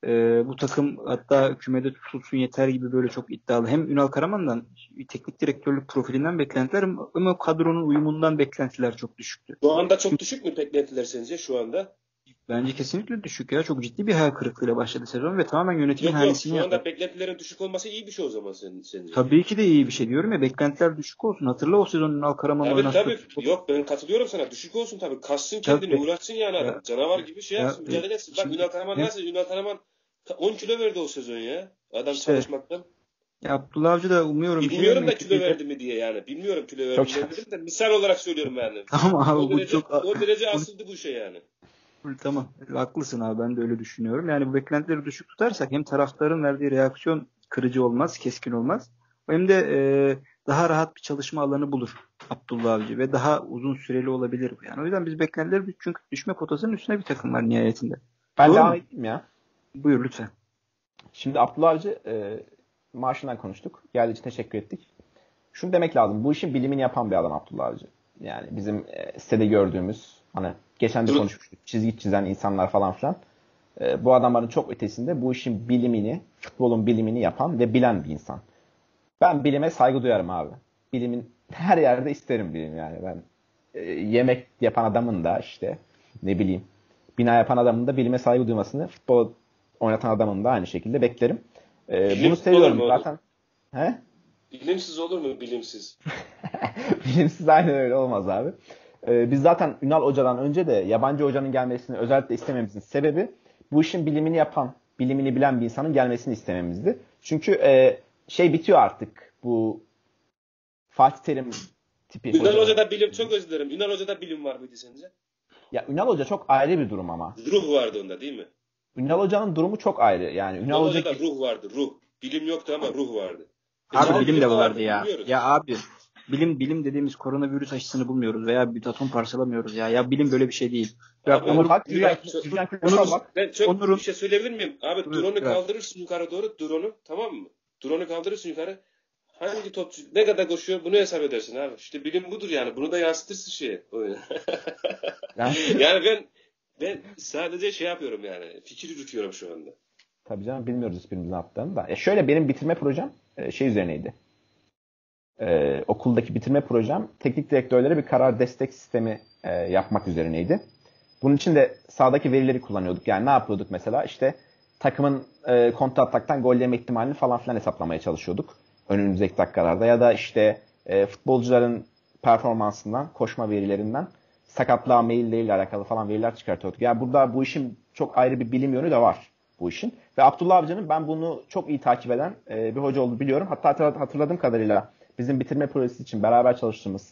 Bu takım hatta kümede tutulsun yeter gibi böyle çok iddialı. Hem Ünal Karaman'dan teknik direktörlük profilinden beklentiler ama kadronun uyumundan beklentiler çok düşüktü. Şu anda çok düşük mü beklentiler sence şu anda? Bence kesinlikle düşük ya. Çok ciddi bir hayal kırıklığıyla başladı sezon ve tamamen yönetimin Yok hanesini şu anda yaptı. beklentilerin düşük olması iyi bir şey o zaman sence? Tabii ki de iyi bir şey diyorum ya. Beklentiler düşük olsun. Hatırla o sezon Ünal Karaman'la oynattığı Tabii. futbol. Yok ben katılıyorum sana. Düşük olsun tabii. Kassın kendini, Tabii. uğraşsın yani adam. Ya, Canavar gibi şey yapsın, mücadele etsin. Bak şimdi- Ünal Karaman nasıl? Ünal Karaman 10 kilo verdi o sezon ya. Adam İşte, çalışmaktan. Ya Abdullah Avcı da umuyorum Bilmiyorum da kilo verdi mi diye yani. Bilmiyorum kilo verdi mi Çok- dedim de misal olarak söylüyorum yani. Tamam abi O bu derece, çok o derece asıldı bu şey yani. tamam. Haklısın abi ben de öyle düşünüyorum. Yani bu beklentileri düşük tutarsak hem taraftarın verdiği reaksiyon kırıcı olmaz, keskin olmaz. Hem de daha rahat bir çalışma alanı bulur Abdullah Avcı ve daha uzun süreli olabilir bu. Yani o yüzden biz beklentileri çünkü düşme potasının üstüne bir takım var nihayetinde. Ben Doğru devam mu? edeyim ya. Buyur lütfen. Şimdi Abdullah Avcı maaşından konuştuk. Geldiği için teşekkür ettik. Şunu demek lazım. Bu işin bilimini yapan bir adam Abdullah Avcı. Yani bizim sitede gördüğümüz hani geçen de konuşmuştuk. Çizgi çizen insanlar falan filan. Bu adamların çok ötesinde bu işin bilimini, futbolun bilimini yapan ve bilen bir insan. Ben bilime saygı duyarım abi. Bilimin her yerde isterim bilim yani. Ben yemek yapan adamın da işte ne bileyim bina yapan adamın da bilime saygı duymasını, futbol oynatan adamın da aynı şekilde beklerim. Bunu seviyorum zaten. He? Bilimsiz olur mu bilimsiz? Bilimsiz aynen öyle olmaz abi. Biz zaten Ünal Hoca'dan önce de yabancı hocanın gelmesini özellikle istememizin sebebi bu işin bilimini yapan, bilimini bilen bir insanın gelmesini istememizdi. Çünkü şey bitiyor artık bu Fatih Terim tipi. Ünal Hoca'da bilim çok özür dilerim. Ünal Hoca'da bilim var mıydı sence? Ya Ünal Hoca çok ayrı bir durum ama. Ruh vardı onda değil mi? Ünal Hoca'nın durumu çok ayrı. Yani Ünal Hoca'da ruh vardı, ruh. Bilim yoktu ama ruh vardı. Abi bilim de vardı ya. ya. Ya abi bilim dediğimiz koronavirüs aşısını bulmuyoruz veya bir atom parçalamıyoruz ya. Ya bilim böyle bir şey değil. Ya Abi, Onur, bak, ben çok Onur'un- bir şey söyleyebilir miyim? Abi Buyur, drone'u evet. kaldırırsın yukarı doğru, drone'u tamam mı? Drone'u kaldırırsın yukarı. Hangi topçu ne kadar koşuyor bunu hesap edersin abi. İşte bilim budur yani. Bunu da yansıtırsın şeye. Yani ben sadece şey yapıyorum yani. Fikir yürütüyorum şu anda. Tabii canım bilmiyoruz hiçbirimizin yaptığını da. Şöyle benim bitirme projem şey üzerineydi. Okuldaki bitirme projem teknik direktörlere bir karar destek sistemi yapmak üzerineydi. Bunun için de sahadaki verileri kullanıyorduk. Yani ne yapıyorduk mesela? İşte takımın kontra ataktan gol yeme ihtimalini falan filan hesaplamaya çalışıyorduk. Önümüzdeki dakikalarda ya da işte futbolcuların performansından, koşma verilerinden sakatlığa meyilleriyle alakalı falan veriler çıkartıyorduk. Yani burada bu işin çok ayrı bir bilim yönü de var bu işin. Ve Abdullah Avcı'nın ben bunu çok iyi takip eden bir hoca olduğunu biliyorum. Hatta hatırladığım kadarıyla bizim bitirme projesi için beraber çalıştığımız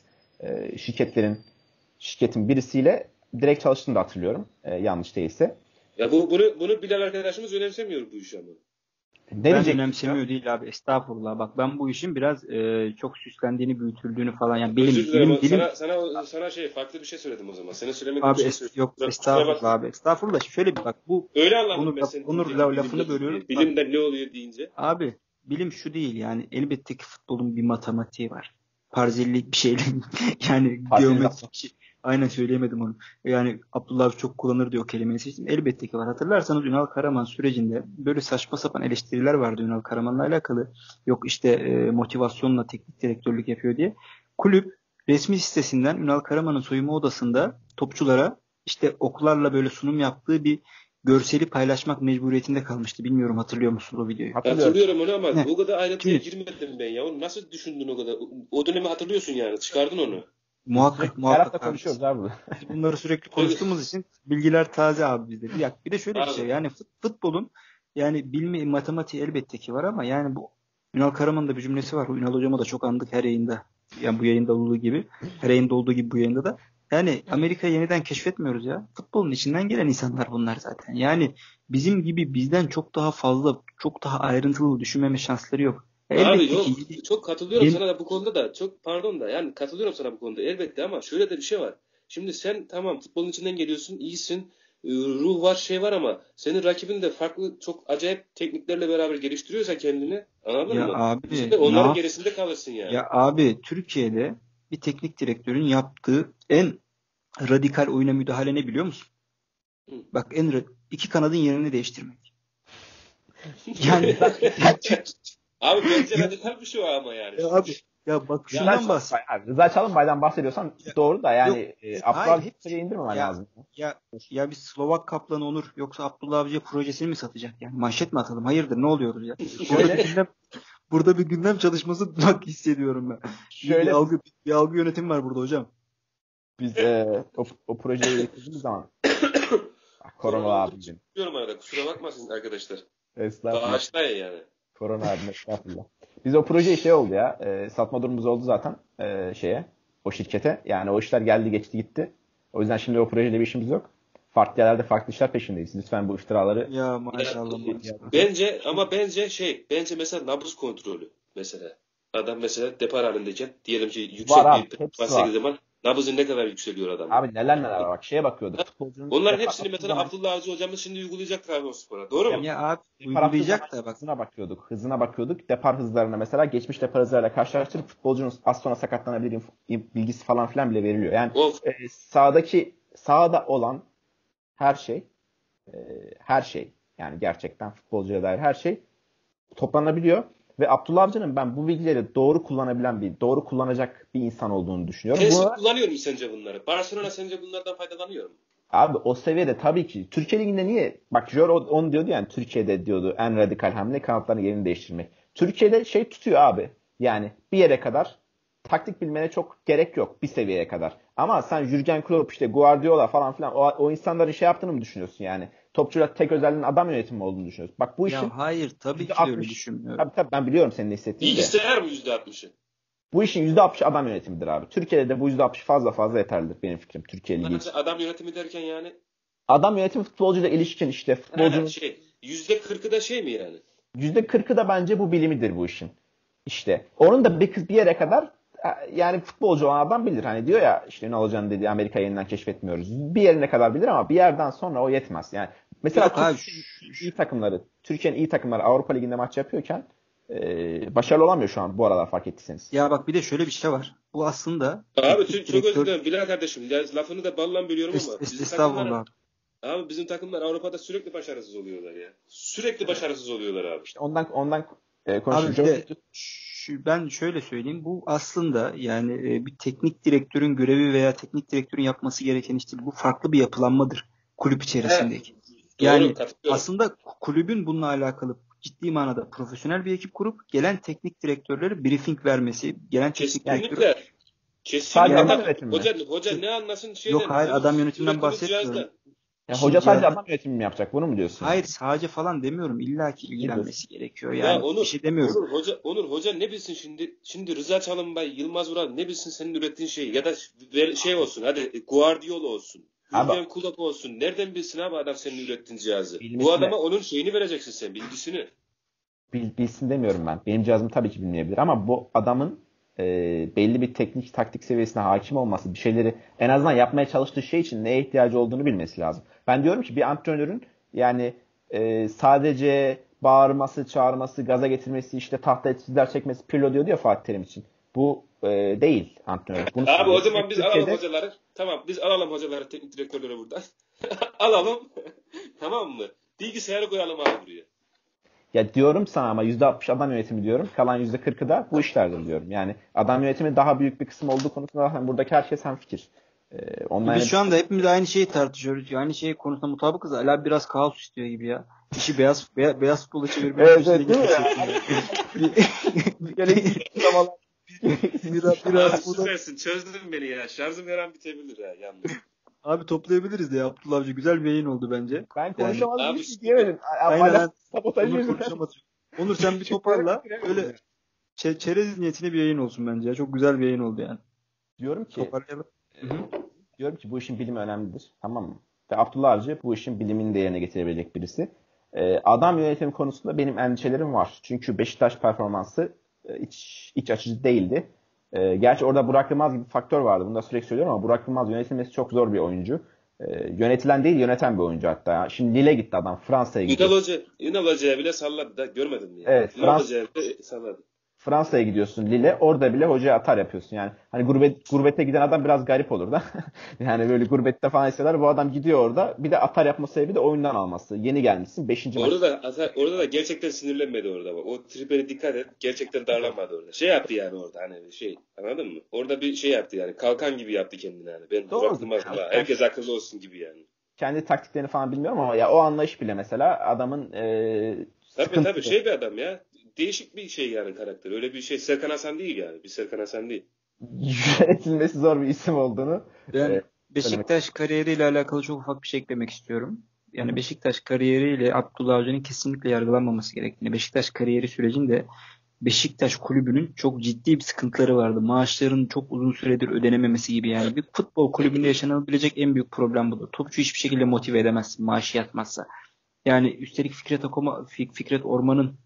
şirketin birisiyle direkt çalıştığını da hatırlıyorum. Yanlış değilse. Ya bunu bilen arkadaşımız önemsemiyor bu işi ama. Ben önemsemiyor değil abi. Estağfurullah. Bak ben bu işin biraz çok süslendiğini, büyütüldüğünü falan yani Özür dilerim. bilim Sana farklı bir şey söyledim o zaman. Senin söylemek abi bir şey söyledim. yok estağfurullah abi. Estağfurullah. Şöyle bir bak bu öyle anladım ben senin. Onur lafını bölüyorum. Bilimden ne oluyor deyince. Abi bilim şu değil yani elbette ki futbolun bir matematiği var. Parzellik bir şey yani geometrik aynen söyleyemedim onu. Yani Abdullah abi çok kullanır diyor kelimeyi seçtim. Elbette ki var. Hatırlarsanız Ünal Karaman sürecinde böyle saçma sapan eleştiriler vardı Ünal Karaman'la alakalı. Yok işte motivasyonla teknik direktörlük yapıyor diye. Kulüp resmi sitesinden Ünal Karaman'ın soyunma odasında topçulara işte oklarla böyle sunum yaptığı bir görseli paylaşmak mecburiyetinde kalmıştı. Bilmiyorum hatırlıyor musun o videoyu? Hatırlıyorum onu ama o kadar ayrıntıya girmedim ben ya. Onu nasıl düşündün o kadar? O dönemi hatırlıyorsun yani. Çıkardın onu. Muhakkak. Her hafta konuşuyoruz abi burada. Biz bunları sürekli konuştuğumuz için bilgiler taze abi bizde. Bir de şöyle bir şey yani futbolun yani bilme matematiği elbette ki var ama yani bu Ünal Karaman'ın da bir cümlesi var. Ünal hocama da çok andık her yayında. Yani bu yayında olduğu gibi. Her yayında olduğu gibi bu yayında da. Yani Amerika'yı yeniden keşfetmiyoruz ya. Futbolun içinden gelen insanlar bunlar zaten. Yani bizim gibi bizden çok daha fazla, çok daha ayrıntılı düşünmeme şansları yok. Abi yok. Çok katılıyorum sana da bu konuda da. Çok pardon da yani katılıyorum sana bu konuda elbette ama şöyle de bir şey var. Şimdi sen tamam futbolun içinden geliyorsun, iyisin. Ruh var, şey var ama senin rakibin de farklı çok acayip tekniklerle beraber geliştiriyorsa kendini anladın mı? Abi, şimdi onların gerisinde kalırsın yani. Ya abi Türkiye'de bir teknik direktörün yaptığı en radikal oyuna müdahale ne biliyor musun? Bak iki kanadın yerini değiştirmek. Yani abi bence radikal bir şey o ama yani. abi ya bak şundan bahset. Rıza Çalınbay'dan bahsediyorsan doğru da yani hayır, Abdullah indirmemen lazım. Ya bir Slovak Kaplan Onur yoksa Abdullah Avcı'ya projesini mi satacak yani? Manşet mi atalım? Hayırdır ne oluyoruz ya? Burada bir gündem çalışması bak hissediyorum ben. Şöyle Bir algı yönetimi var burada hocam. Biz o projeyi getirdiğimiz zaman korona abicim. Diyorum arada kusura bakmasın arkadaşlar. Estağfurullah. Bağışlayın yani. Korona abim estağfurullah. Biz o projeyi şey oldu ya. Satma durumumuz oldu zaten o şirkete. Yani o işler geldi geçti gitti. O yüzden şimdi o projeyle bir işimiz yok. Farklı yerlerde farklı işler peşindeyiz. Lütfen bu iftiraları. Ya maşallah. Bence mesela nabız kontrolü mesela. Adam mesela depar halindeyken diyelim ki yüksek bir bahsettiği zaman nabızın ne kadar yükseliyor adam. Abi neler var bak şeye bakıyorduk. Onların hepsini mesela Abdullah Avcı hocamız şimdi uygulayacak Trabzonspor'a. Doğru mu? Ya abi uygulayacak da bak. Hızına bakıyorduk. Depar hızlarına mesela geçmiş depar hızlarıyla karşılaştırıp futbolcunun az sonra sakatlanabilir bilgisi falan filan bile veriliyor. Yani sahada olan her şey yani gerçekten futbolcuya dair her şey toplanabiliyor. Ve Abdullah Avcı'nın ben bu bilgileri doğru kullanacak bir insan olduğunu düşünüyorum. Kullanıyor mu sence bunları? Barcelona sence bunlardan faydalanıyor mu? Abi o seviyede tabii ki. Türkiye Ligi'nde niye? Bak Jor onu diyordu yani Türkiye'de diyordu en radikal hamle kanatların yerini değiştirmek. Türkiye'de tutuyor abi. Yani bir yere kadar taktik bilmene çok gerek yok bir seviyeye kadar. Ama sen Jürgen Klopp Guardiola falan filan o insanların yaptığını mı düşünüyorsun yani? Topçuyla tek özelliğinin adam yönetimi olduğunu düşünüyorsun. Bak bu işin... hayır tabii ki öyle düşünmüyorum. Tabii ben biliyorum senin ne hissettiğini de. Bilgisayar mı %60'ı? Bu işin %60 adam yönetimidir abi. Türkiye'de de bu %60 fazla yeterlidir benim fikrim. Türkiye Ligi için. Adam yönetimi derken yani? Adam yönetimi futbolcuyla ilişkin futbolcunun... %40'ı da mi yani? %40'ı da bence bu bilimidir bu işin. Onun da bir yere kadar yani futbolcu olan adam bilir. Hani diyor ya ne olacağını dediği Amerika'yı yeniden keşfetmiyoruz. Bir yerine kadar bilir ama bir yerden sonra o yetmez. Yani mesela Türkiye'nin iyi takımları Avrupa Ligi'nde maç yapıyorken başarılı olamıyor şu an bu aralar fark ettiyseniz. Ya bak bir de şöyle bir şey var. Bu aslında abi çok özür dilerim Bilal kardeşim. Lafını da ballan bölüyorum ama. Estağfurullah. Abi bizim takımlar Avrupa'da sürekli başarısız oluyorlar ya. Sürekli başarısız oluyorlar abi. Ondan konuşacağım. Ben şöyle söyleyeyim. Bu aslında yani bir teknik direktörün görevi veya teknik direktörün yapması gereken bu farklı bir yapılanmadır kulüp içerisindeki. Evet. Yani aslında kulübün bununla alakalı ciddi manada profesyonel bir ekip kurup gelen teknik direktörlere briefing vermesi, gelen teknik direktör Kesinlikle. Hoca ne anlasın Yok hayır adam yönetiminden bahsetmiyorum. Ya hoca sadece adam yönetimi mi yapacak? Bunu mu diyorsun? Hayır sadece falan demiyorum. İlla ki ilgilenmesi gerekiyor. Yani Onur, bir şey demiyorum. Hoca ne bilsin şimdi Rıza Çalınbay, Yılmaz Vural ne bilsin senin ürettiğin şeyi ya da olsun hadi Guardiola olsun. Jürgen Klopp olsun. Nereden bilsin abi adam senin ürettiğin cihazı? Bu adama onun şeyini vereceksin sen bilgisini. Bilsin demiyorum ben. Benim cihazımı tabii ki bilmeyebilir ama bu adamın belli bir teknik taktik seviyesine hakim olması, bir şeyleri en azından yapmaya çalıştığı şey için neye ihtiyacı olduğunu bilmesi lazım. Ben diyorum ki bir antrenörün yani sadece bağırması, çağırması, gaza getirmesi, tahtaya çizgiler çekmesi, Pirlo diyordu ya Fatih Terim için. Bu değil antrenör. Abi o zaman biz alalım hocaları. Tamam biz alalım hocaları teknik direktörleri buradan. Alalım. Tamam mı? Bilgisayarı koyalım abi buraya. Ya diyorum sana ama %60 adam yönetimi diyorum. Kalan %40'ı da bu işlerdir diyorum. Yani adam yönetimi daha büyük bir kısım olduğu konusunda buradaki herkes hemfikir. Biz şu anda hepimiz aynı şeyi tartışıyoruz. Aynı şey konusunda mutabıkız. Hala biraz kaos istiyor gibi ya. İşi beyaz futbola çevirmeye evet değil mi ya? biraz süpersin. Çözdün beni ya. Şarjım her an bitebilir ya yalnız. Abi toplayabiliriz de ya Abdullah Avcı. Güzel bir yayın oldu bence. Ben konuşamadım. Yani, diyemedim. Aynen. Onur sen bir toparla. Öyle çerez niyetine bir yayın olsun bence ya. Çok güzel bir yayın oldu yani. Diyorum ki bu işin bilimi önemlidir. Tamam mı? Ve Abdullah Avcı bu işin bilimini de yerine getirebilecek birisi. Adam yönetimi konusunda benim endişelerim var. Çünkü Beşiktaş performansı iç açıcı değildi. Gerçi orada Burak Yılmaz gibi bir faktör vardı. Bunu da sürekli söylüyorum ama Burak Yılmaz yönetilmesi çok zor bir oyuncu. Yönetilen değil yöneten bir oyuncu hatta. Şimdi Lille gitti adam. Fransa'ya gitti. Ünal Hoca'ya bile salladı da görmedin mi? Evet. Ünal Hoca'ya bile salladı. Fransa'ya gidiyorsun Lille. Orada bile hocaya atar yapıyorsun. Yani hani gurbete giden adam biraz garip olur da. Yani böyle gurbette falan hisseder. Bu adam gidiyor orada. Bir de atar yapma sebebi de oyundan alması. Yeni gelmişsin. 5. maç. Orada da gerçekten sinirlenmedi orada bak. O tripere dikkat et. Gerçekten darlanmadı orada. Şey yaptı yani orada hani şey anladın mı? Orada bir şey yaptı yani. Kalkan gibi yaptı kendini yani. Ben Doğru. bıraktım ha. Herkes akıllı olsun gibi yani. Kendi taktiklerini falan bilmiyorum ama ya o anlayış bile mesela adamın Tabii şey bir adam ya. Değişik bir şey yani karakter. Öyle bir şey Serkan Hasan değil yani. Bir Serkan Hasan değil. yönetilmesi zor bir isim olduğunu Ben Beşiktaş söylemek. kariyeriyle alakalı çok ufak bir şey eklemek istiyorum. Yani Beşiktaş kariyeriyle Abdullah Avcı'nın kesinlikle yargılanmaması gerektiğini, Beşiktaş kariyeri sürecinde Beşiktaş kulübünün çok ciddi bir sıkıntıları vardı. Maaşların çok uzun süredir ödenememesi gibi yani. Bir futbol kulübünde yaşanabilecek en büyük problem budur. Topçu hiçbir şekilde motive edemezsin maaşı yatmazsa. Yani üstelik Fikret Orman'ın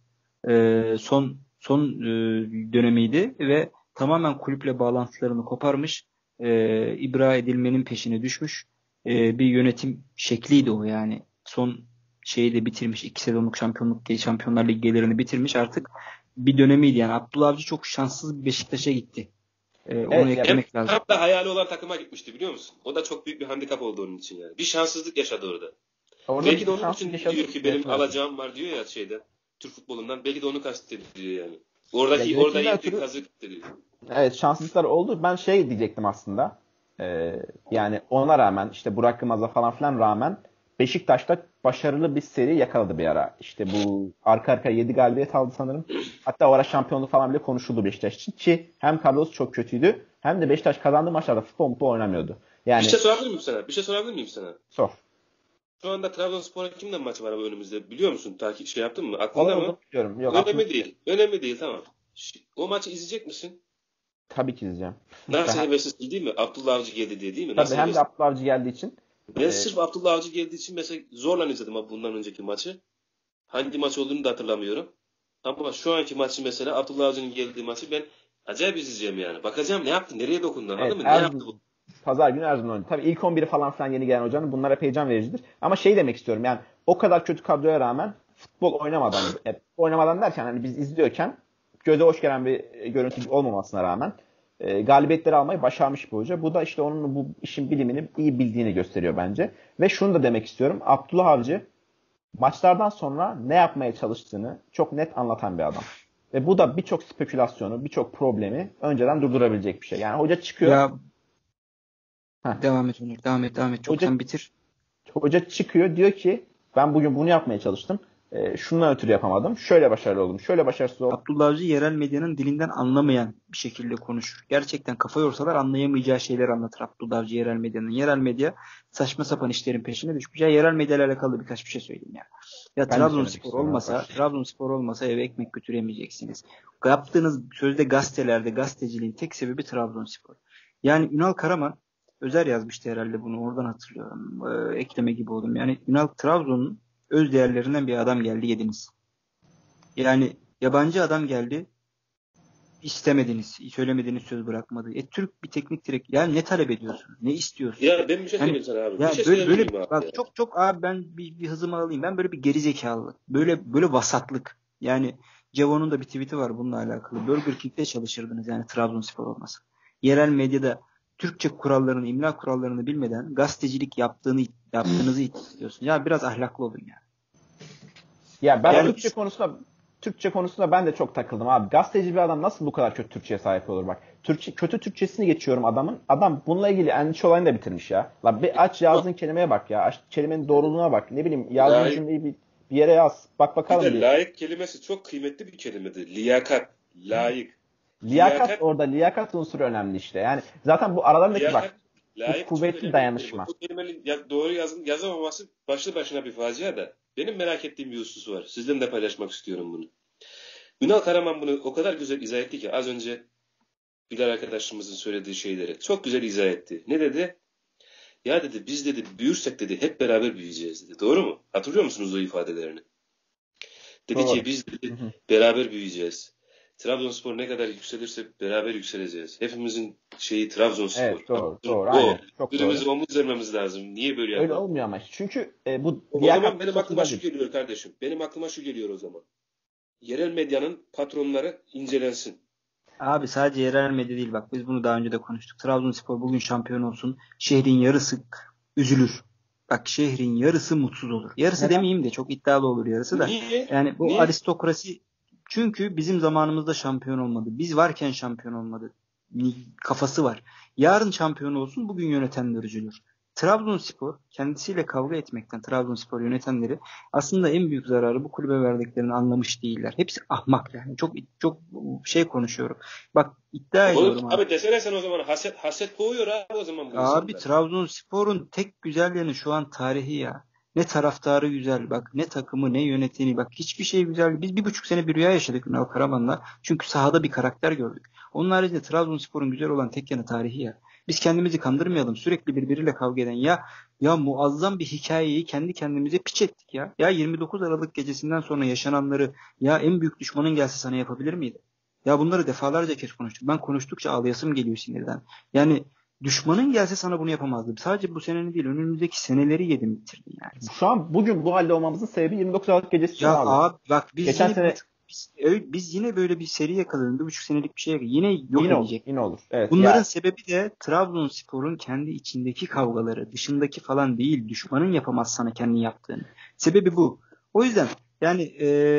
son dönemiydi ve tamamen kulüple bağlantılarını koparmış, ibra edilmenin peşine düşmüş bir yönetim şekliydi o yani. Son şeyi de bitirmiş. 2 sezonluk Şampiyonlar Ligi gelirini bitirmiş. Artık bir dönemiydi yani. Abdullah Avcı çok şanssız bir Beşiktaş'a gitti. Onu Evet, eklemek lazım. Tam da hayali olan takıma gitmişti biliyor musun? O da çok büyük bir handikap oldu onun için yani. Bir şanssızlık yaşadı orada. orada Belki de bir onun için şans yaşadı. diyor ki benim Evet. alacağım var diyor ya şeyde. Türk futbolundan. Belki de onu kastediyor yani. Ya Orada yönetimden iyi bir ötürü kazık diyor. evet şanssızlıklar oldu. Ben şey diyecektim aslında. Yani ona rağmen işte Burak Yılmaz'a falan filan rağmen Beşiktaş'ta başarılı bir seri yakaladı bir ara. İşte bu arka arkaya 7 galibiyet aldı sanırım. Hatta o ara şampiyonluk falan bile konuşuldu Beşiktaş için ki hem kadrosu çok kötüydü hem de Beşiktaş kazandığı maçlarda futbol oynamıyordu. Yani Bir şey sorabilir miyim sana? sor. Şu anda Trabzonspor'un kimle maçı var abi önümüzde? Biliyor musun? Takip şey yaptın mı? Olay Aklında mı? olduğunu biliyorum. Yok aklımda değil. Önemli değil tamam. O maçı izleyecek misin? Tabii ki izleyeceğim. Nasıl heveslisin değil mi? Abdullah Avcı geldi diye değil mi? Tabii Nasıl hem de hevesli? Abdullah Avcı geldiği için Ben sırf Abdullah Avcı geldiği için mesela zorla izledim abi bundan önceki maçı. Hangi maç olduğunu da hatırlamıyorum. Ama şu anki maçı mesela Abdullah Avcı'nın geldiği maçı ben acayip izleyeceğim yani. Bakacağım ne yaptı, nereye dokundu anladın evet, mı? Ne yaptı bu? Pazar günü Erzurum oynadı. Tabii ilk 11'i falan filan yeni gelen hocanın bunlar hep heyecan vericidir. Ama şey demek istiyorum yani o kadar kötü kadroya rağmen futbol oynamadan derken hani biz izliyorken göze hoş gelen bir görüntü olmamasına rağmen galibiyetleri almayı başarmış bir hoca. Bu da işte onun bu işin bilimini iyi bildiğini gösteriyor bence. Ve şunu da demek istiyorum. Abdullah Avcı maçlardan sonra ne yapmaya çalıştığını çok net anlatan bir adam. Ve bu da birçok spekülasyonu, birçok problemi önceden durdurabilecek bir şey. Yani hoca çıkıyor. Ya Heh. devam et Onur. Devam et. Çok Hoca sen bitir. Hoca çıkıyor diyor ki ben bugün bunu yapmaya çalıştım. Şundan ötürü yapamadım. Şöyle başarılı oldum. Şöyle başarısız oldum. Abdullah Avcı yerel medyanın dilinden anlamayan bir şekilde konuşur. Gerçekten kafa yorsalar anlayamayacağı şeyler anlatır Abdullah Avcı yerel medyanın. Yerel medya saçma sapan işlerin peşine düşmüş. Ya yerel medyayla alakalı birkaç bir şey söyleyeyim ya. Ya Ben de söylemek istiyorum. Trabzonspor olmasa eve ekmek götüremeyeceksiniz. Yaptığınız sözde gazetelerde gazeteciliğin tek sebebi Trabzonspor. Yani Ünal Karaman Özer yazmıştı herhalde bunu. Oradan hatırlıyorum. Ekleme gibi oldum. Yani Ünal Trabzon'un öz değerlerinden bir adam geldi yediniz. Yani yabancı adam geldi. İstemediniz, söylemediğiniz söz bırakmadı. Türk bir teknik direkt. Yani ne talep ediyorsun? Ne istiyorsun? Ya ben bir şey söyleyeyim sana abi. Ya Bir şey böyle söyleyebilir miyim abi bak ya? çok abi ben bir hızımı alayım. Ben böyle bir gerizekalılık. Böyle vasatlık. Yani Cevo'nun da bir tweet'i var bununla alakalı. Burger King'de çalışırdınız yani Trabzonspor olmasa. Yerel medyada Türkçe kurallarını, imla kurallarını bilmeden gazetecilik yaptığınızı istiyorsun. Ya biraz ahlaklı olun ya. Ya ben Yani Türkçe konusunda ben de çok takıldım abi. Gazeteci bir adam nasıl bu kadar kötü Türkçe'ye sahip olur bak. Kötü Türkçesini geçiyorum adamın. Adam bununla ilgili endişe olayını da bitirmiş ya. La bir aç yazdığın kelimeye bak ya. Aç kelimenin doğruluğuna bak. Ne bileyim yazdığın cümleyi bir yere yaz. Bak Bir bakalım de diye. layık kelimesi çok kıymetli bir kelimedir. Liyakat, layık. Liyakat unsuru önemli işte. Yani zaten bu aralarındaki bak bu Layık çok kuvvetli önemli bir dayanışma. kelime. Bu kelimenin doğru yazamaması başlı başına bir facia da. Benim merak ettiğim bir husus var. Sizden de paylaşmak istiyorum bunu. Ünal Karaman bunu o kadar güzel izah etti ki az önce Bilal arkadaşımızın söylediği şeyleri. Çok güzel izah etti. Ne dedi? Ya dedi biz dedi büyürsek dedi hep beraber büyüyeceğiz dedi. Doğru mu? Hatırlıyor musunuz o ifadelerini? Dedi Doğru. ki biz dedi beraber büyüyeceğiz. Trabzonspor ne kadar yükselirse beraber yükseleceğiz. Hepimizin şeyi Trabzonspor. Evet doğru. O. Aynen. Çok Birbirimize doğru. omuz vermemiz lazım. Niye böyle Öyle yapalım? olmuyor ama. Çünkü bu O liyakat zaman benim çok aklıma güzel şu geliyor kardeşim. Benim aklıma şu geliyor o zaman. yerel medyanın patronları incelensin. Abi sadece yerel medya değil, bak biz bunu daha önce de konuştuk. Trabzonspor bugün şampiyon olsun, şehrin yarısı üzülür. Bak şehrin yarısı mutsuz olur. Yarısı Neden? demeyeyim de çok iddialı olur yarısı da. Niye? Yani bu Niye? aristokrasi, çünkü bizim zamanımızda şampiyon olmadı. Biz varken şampiyon olmadı. Kafası var. Yarın şampiyon olsun, bugün yönetenler üzülür. Trabzonspor kendisiyle kavga etmekten, Trabzonspor yönetenleri aslında en büyük zararı bu kulübe verdiklerini anlamış değiller. Hepsi ahmak yani. Çok çok şey konuşuyorum. Bak iddia ediyorum abi. Abi desene sen o zaman haset boğuyor abi o zaman bu Abi insanlar. Trabzonspor'un tek güzel yanı şu an tarihi ya. Ne taraftarı güzel bak, ne takımı, ne yöneteni, bak hiçbir şey güzel. Biz 1,5 sene bir rüya yaşadık Ünal Karaman'la. Çünkü sahada bir karakter gördük. Onun haricinde Trabzonspor'un güzel olan tek yanı tarihi ya. Biz kendimizi kandırmayalım. Sürekli birbiriyle kavga eden ya muazzam bir hikayeyi kendi kendimize piç ettik ya. Ya 29 Aralık gecesinden sonra yaşananları ya en büyük düşmanın gelse sana yapabilir miydi? Ya bunları defalarca kez konuştuk. Ben konuştukça ağlayasım geliyor sinirden. Yani düşmanın gelse sana bunu yapamazdı. Sadece bu senenin değil, önümüzdeki seneleri yedim bitirdim yani. Şu an bugün bu halde olmamızın sebebi 29 Aralık gecesi Ya abi. abi bak biz Geçen yine sene biz yine böyle bir seri yakaladık. 1,5 senelik bir şey yakaladık. Yine yok yine edecek. olur. Yine olur. Evet. Bunların Yani, sebebi de Trabzonspor'un kendi içindeki kavgaları, dışındaki falan değil. Düşmanın yapamaz sana kendi yaptığını. Sebebi bu. O yüzden yani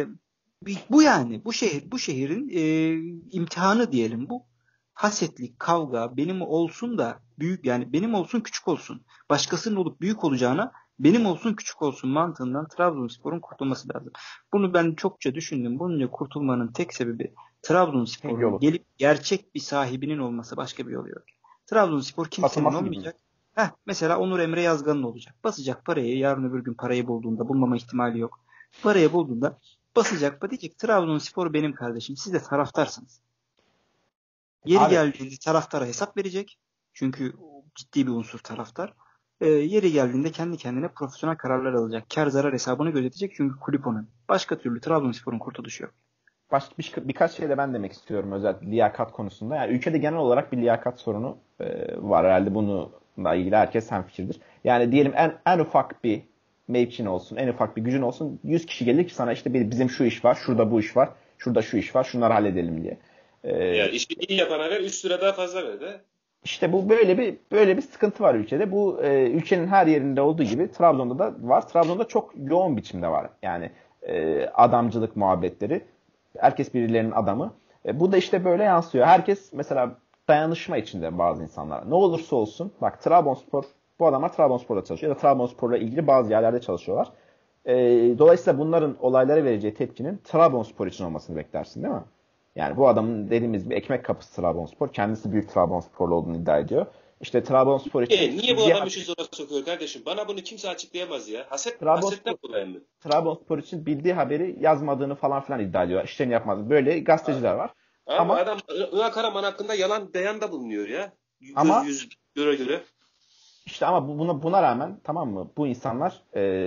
bu yani bu şehrin imtihanı diyelim bu. Hasetlik, kavga benim olsun da büyük, yani benim olsun küçük olsun. Başkasının olup büyük olacağına benim olsun küçük olsun mantığından Trabzonspor'un kurtulması lazım. Bunu ben çokça düşündüm. Bununla kurtulmanın tek sebebi tek Trabzonspor'un yolu. gelip gerçek bir sahibinin olması, başka bir yolu yok. Trabzonspor kimsenin Satılması gibi mi? olmayacak. Mesela Onur Emre Yazgan'ın olacak. Basacak parayı, yarın öbür gün parayı bulduğunda, bulmama ihtimali yok. Parayı bulduğunda basacak, diyecek Trabzonspor benim kardeşim. Siz de taraftarsınız. Yeri Abi, geldiğinde taraftara hesap verecek. Çünkü ciddi bir unsur taraftar. Yeri geldiğinde kendi kendine profesyonel kararlar alacak. Kar zarar hesabını gözetecek çünkü kulüp onun. Başka türlü Trabzonspor'un kurtuluşu yok. birkaç şey de ben demek istiyorum özellikle liyakat konusunda. Yani ülkede genel olarak bir liyakat sorunu var. Herhalde bununla ilgili herkes hemfikirdir. Yani diyelim en ufak bir mevkin olsun, en ufak bir gücün olsun. 100 kişi gelir ki sana işte bizim şu iş var, şurada bu iş var, şurada şu iş var, şunları halledelim diye. Yani işi iyi yapana ver, 3 lira daha fazla ver de. İşte bu böyle bir sıkıntı var ülkede. Bu ülkenin her yerinde olduğu gibi Trabzon'da da var. Trabzon'da çok yoğun biçimde var. Yani adamcılık muhabbetleri. Herkes birilerinin adamı. Bu da işte böyle yansıyor. Herkes mesela dayanışma içinde bazı insanlar. Ne olursa olsun bak Trabzonspor, bu adamlar Trabzonspor'da çalışıyor ya da Trabzonspor'la ilgili bazı yerlerde çalışıyorlar. Dolayısıyla bunların olaylara vereceği tepkinin Trabzonspor için olmasını beklersin değil mi? Yani bu adamın dediğimiz bir ekmek kapısı Trabzonspor. Kendisi büyük Trabzonsporlu olduğunu iddia ediyor. İşte Trabzonspor için... Niye bu adam işi zora sokuyor kardeşim? Bana bunu kimse açıklayamaz ya. Hasetten kolay mı? Trabzonspor için bildiği haberi yazmadığını falan filan iddia ediyor. İşlerini yapmadı. Böyle gazeteciler var. Ama adam Ünal Karaman hakkında yalan beyan da bulunuyor ya. Yüz göre. İşte ama buna rağmen tamam mı? Bu insanlar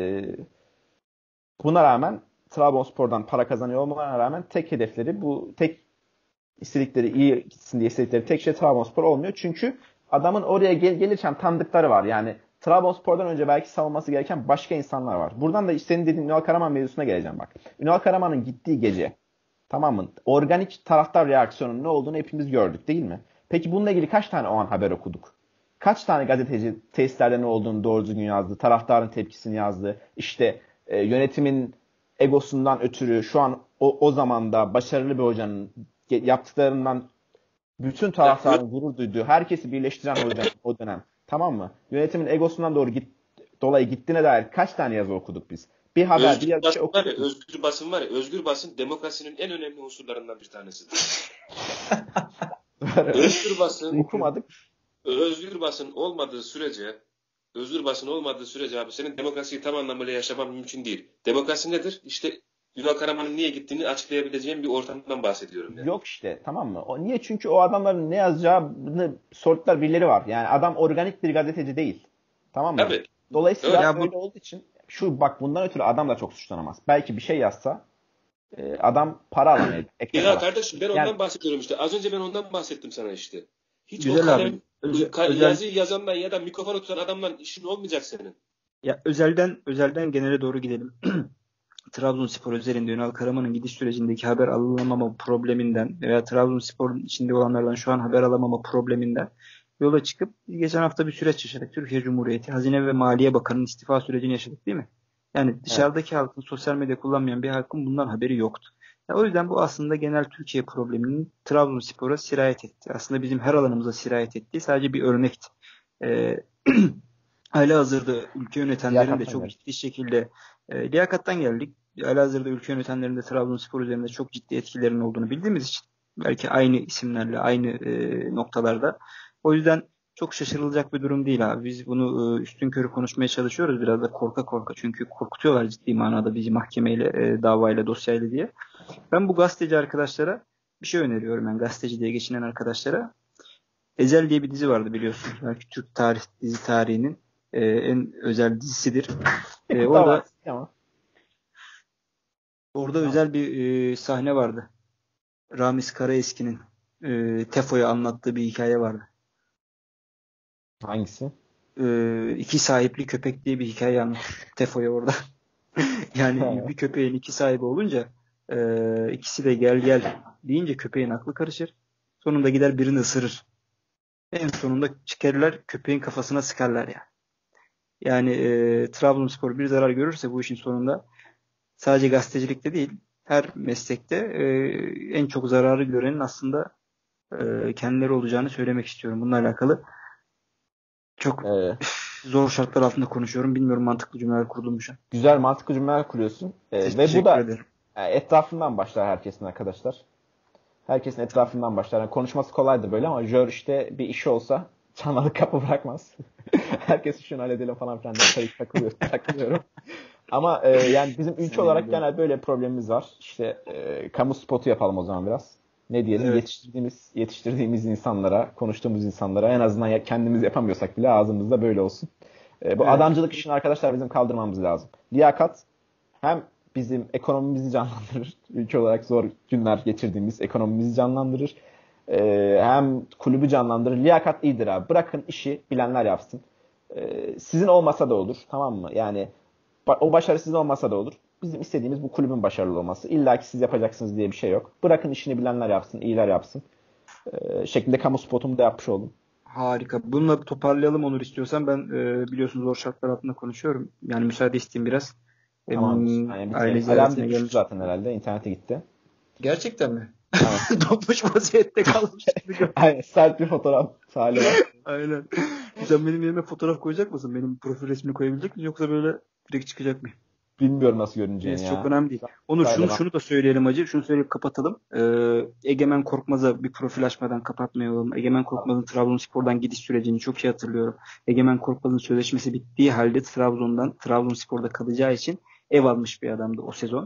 buna rağmen Trabzonspor'dan para kazanıyor olmalarına rağmen tek hedefleri tek istedikleri iyi gitsin diye istedikleri tek şey Trabzonspor olmuyor. Çünkü adamın oraya gelirken tanıdıkları var. Yani Trabzonspor'dan önce belki savunması gereken başka insanlar var. Buradan da senin dediğin Ünal Karaman mevzusuna geleceğim bak. Ünal Karaman'ın gittiği gece tamam mı? Organik taraftar reaksiyonunun ne olduğunu hepimiz gördük değil mi? Peki bununla ilgili kaç tane o an haber okuduk? Kaç tane gazeteci tesislerde ne olduğunu doğru düzgün yazdı? Taraftarın tepkisini yazdı. İşte yönetimin egosundan ötürü şu an o zamanda başarılı bir hocanın yaptıklarından bütün taraftarın gurur duyduğu, herkesi birleştiren o dönem. Tamam mı? Yönetimin egosundan dolayı gittiğine dair kaç tane yazı okuduk biz? Bir haber, bir yazı okuduk. Özgür basın var ya, özgür basın demokrasinin en önemli unsurlarından bir tanesidir. Özgür basın okumadık. Özgür basın olmadığı sürece abi senin demokrasiyi tam anlamıyla yaşaman mümkün değil. Demokrasi nedir? İşte Ünal Karaman'ın niye gittiğini açıklayabileceğim bir ortamdan bahsediyorum. Yani. Yok işte tamam mı? Niye? Çünkü o adamların ne yazacağını sordukları birileri var. Yani adam organik bir gazeteci değil. Tamam mı? Tabii. Dolayısıyla böyle olduğu için bundan ötürü adam da çok suçlanamaz. Belki bir şey yazsa adam para alamayacak. Ya kardeşim ben ondan bahsediyorum işte. Az önce ben ondan bahsettim sana işte. Hiç güzel o kalem abi. yazıyı yazandan ya da mikrofonu tutan adamdan işin olmayacak senin. Ya özelden genele doğru gidelim. Trabzonspor özelinde Ünal Karaman'ın gidiş sürecindeki haber alamama probleminden veya Trabzonspor'un içinde olanlardan şu an haber alamama probleminden yola çıkıp geçen hafta bir süreç yaşadık. Türkiye Cumhuriyeti Hazine ve Maliye Bakanı'nın istifa sürecini yaşadık değil mi? Yani dışarıdaki halkın, sosyal medya kullanmayan bir halkın bundan haberi yoktu. Ya o yüzden bu aslında genel Türkiye probleminin Trabzonspor'a sirayet etti. Aslında bizim her alanımıza sirayet ettiği sadece bir örnekti. Ee, Halihazırda ülke yönetenlerin de Liyakattan çok geldik. ciddi şekilde liyakattan geldik. Halihazırda ülke yönetenlerin de Trabzonspor üzerinde çok ciddi etkilerinin olduğunu bildiğimiz için belki aynı isimlerle, aynı noktalarda. O yüzden çok şaşırılacak bir durum değil abi. Biz bunu üstünkörü konuşmaya çalışıyoruz biraz da korka korka. Çünkü korkutuyorlar ciddi manada bizi mahkemeyle, davayla, dosyayla diye. Ben bu gazeteci arkadaşlara bir şey öneriyorum. Yani gazeteci diye geçinen arkadaşlara. Ezel diye bir dizi vardı biliyorsunuz. Belki Türk dizi tarihinin en özel dizisidir. Orada Ama. özel bir sahne vardı. Ramiz Karaeski'nin Tefo'ya anlattığı bir hikaye vardı. Hangisi? İki sahipli köpek diye bir hikaye anlatıyor Tefo'ya orada. Yani bir köpeğin iki sahibi olunca ikisi de gel gel deyince köpeğin aklı karışır. Sonunda gider birini ısırır. En sonunda çıkarırlar köpeğin kafasına sıkarlar ya. Yani Trabzonspor bir zarar görürse bu işin sonunda sadece gazetecilikte değil her meslekte en çok zararı görenin aslında kendileri olacağını söylemek istiyorum. Bununla alakalı çok zor şartlar altında konuşuyorum. Bilmiyorum mantıklı cümleler kurdum mu şu an. Güzel mantıklı cümleler kuruyorsun. Ve bu da etrafından başlar herkesin arkadaşlar. Herkesin etrafından başlar. Yani konuşması kolaydır böyle ama Jör işte bir işi olsa çanalı kapı bırakmaz. Herkes şunu halledelim falan filan diye takılıyorum. Ama yani bizim ülke olarak genel böyle problemimiz var. İşte kamu spotu yapalım o zaman biraz. Ne diyelim? Evet. Yetiştirdiğimiz insanlara, konuştuğumuz insanlara en azından kendimiz yapamıyorsak bile ağzımızda böyle olsun. Bu adamcılık işini arkadaşlar bizim kaldırmamız lazım. Liyakat hem bizim ekonomimizi canlandırır. Ülke olarak zor günler geçirdiğimiz ekonomimizi canlandırır. Hem kulübü canlandırır. Liyakat iyidir abi. Bırakın işi bilenler yapsın. Sizin olmasa da olur. Tamam mı? Yani o başarı sizin olmasa da olur. Bizim istediğimiz bu kulübün başarılı olması. İlla ki siz yapacaksınız diye bir şey yok. Bırakın işini bilenler yapsın, iyiler yapsın. Şeklinde kamu spotumu da yapmış oldum. Harika. Bununla toparlayalım Onur istiyorsan. Ben biliyorsunuz zor şartlar altında konuşuyorum. Yani müsaade isteyeyim biraz. Tamamdır. Aile ziyaretine gelmiş zaten herhalde. İnternete gitti. Gerçekten mi? Tamam. Donmuş vaziyette kalmış. Aynen. Sert bir fotoğraf hali var. Aynen. Sen benim yerime fotoğraf koyacak mısın? Benim profil resmini koyabilecek misin? Yoksa böyle direkt çıkacak mıyım? Bilmiyorum nasıl görüneceğini ya. Çok önemli değil. Onur şunu da söyleyelim hacı. Şunu söyleyip kapatalım. Egemen Korkmaz'a bir profil açmadan kapatmayalım. Egemen Korkmaz'ın Trabzonspor'dan gidiş sürecini çok iyi hatırlıyorum. Egemen Korkmaz'ın sözleşmesi bittiği halde Trabzonspor'da kalacağı için ev almış bir adamdı o sezon.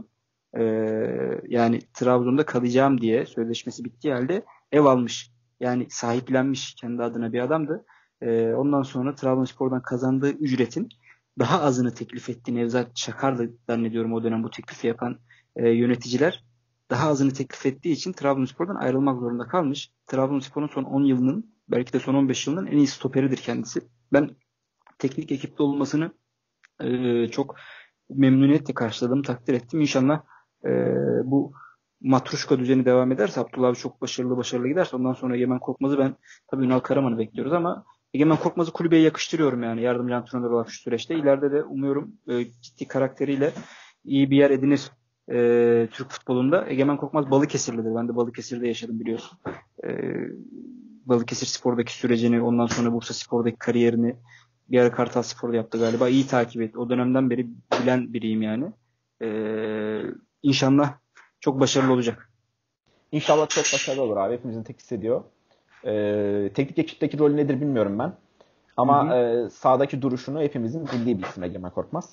Yani Trabzon'da kalacağım diye sözleşmesi bittiği halde ev almış. Yani sahiplenmiş kendi adına bir adamdı. Ondan sonra Trabzonspor'dan kazandığı ücretin daha azını teklif etti. Nevzat Çakar'dı zannediyorum o dönem bu teklifi yapan yöneticiler. Daha azını teklif ettiği için Trabzonspor'dan ayrılmak zorunda kalmış. Trabzonspor'un son 10 yılının belki de son 15 yılının en iyi stoperidir kendisi. Ben teknik ekipte olmasını çok memnuniyetle karşıladım, takdir ettim. İnşallah bu matruşka düzeni devam ederse, Abdullah abi çok başarılı giderse ondan sonra Egemen Korkmaz'ı ben tabii Ünal Karaman'ı bekliyoruz ama Egemen Korkmaz'ı kulübeye yakıştırıyorum yani yardımcı antrenör olarak şu süreçte. İleride de umuyorum ciddi karakteriyle iyi bir yer edinir Türk futbolunda. Egemen Korkmaz Balıkesirlidir. Ben de Balıkesir'de yaşadım biliyorsun. Balıkesir Spor'daki sürecini, ondan sonra Bursa Spor'daki kariyerini bir ara Kartal Spor'da yaptı galiba. İyi takip etti. O dönemden beri bilen biriyim yani. İnşallah çok başarılı olacak. İnşallah çok başarılı olur abi. Hepimizin tek istediği o. Teknik ekipteki rolü nedir bilmiyorum ben. Ama sahadaki duruşunu hepimizin bildiği bir isim Egemen Korkmaz.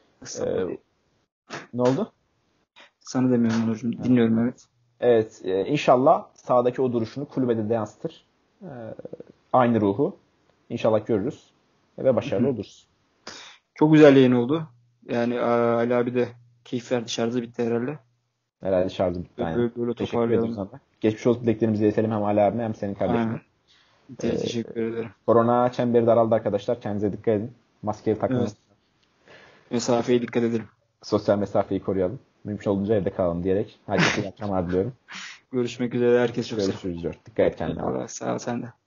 Ne oldu? Sana demiyorum Onurcuğum. Dinliyorum evet. Evet. İnşallah sahadaki o duruşunu kulübede de yansıtır. Aynı ruhu. İnşallah görürüz. Ve başarılı oluruz. Çok güzel yayın oldu. Yani Ali abi de keyif verdi. Şarjı bitti herhalde. Herhalde şarjı bitti. Böyle toparlayalım. Geçmiş olsun dileklerimizi iletelim hem Ali abime hem senin kardeşine. Teşekkür ederim. Korona çemberi daraldı arkadaşlar. Kendinize dikkat edin. Maskeyi takmayın. Evet. Mesafeye dikkat edelim. sosyal mesafeyi koruyalım. Mümkün olduğunca evde kalalım diyerek herkese iyi akşamlar diliyorum. Görüşmek üzere. Herkes çok selam. Görüşürüz. Dikkat et kendine. Eyvallah. Sağ ol sen de.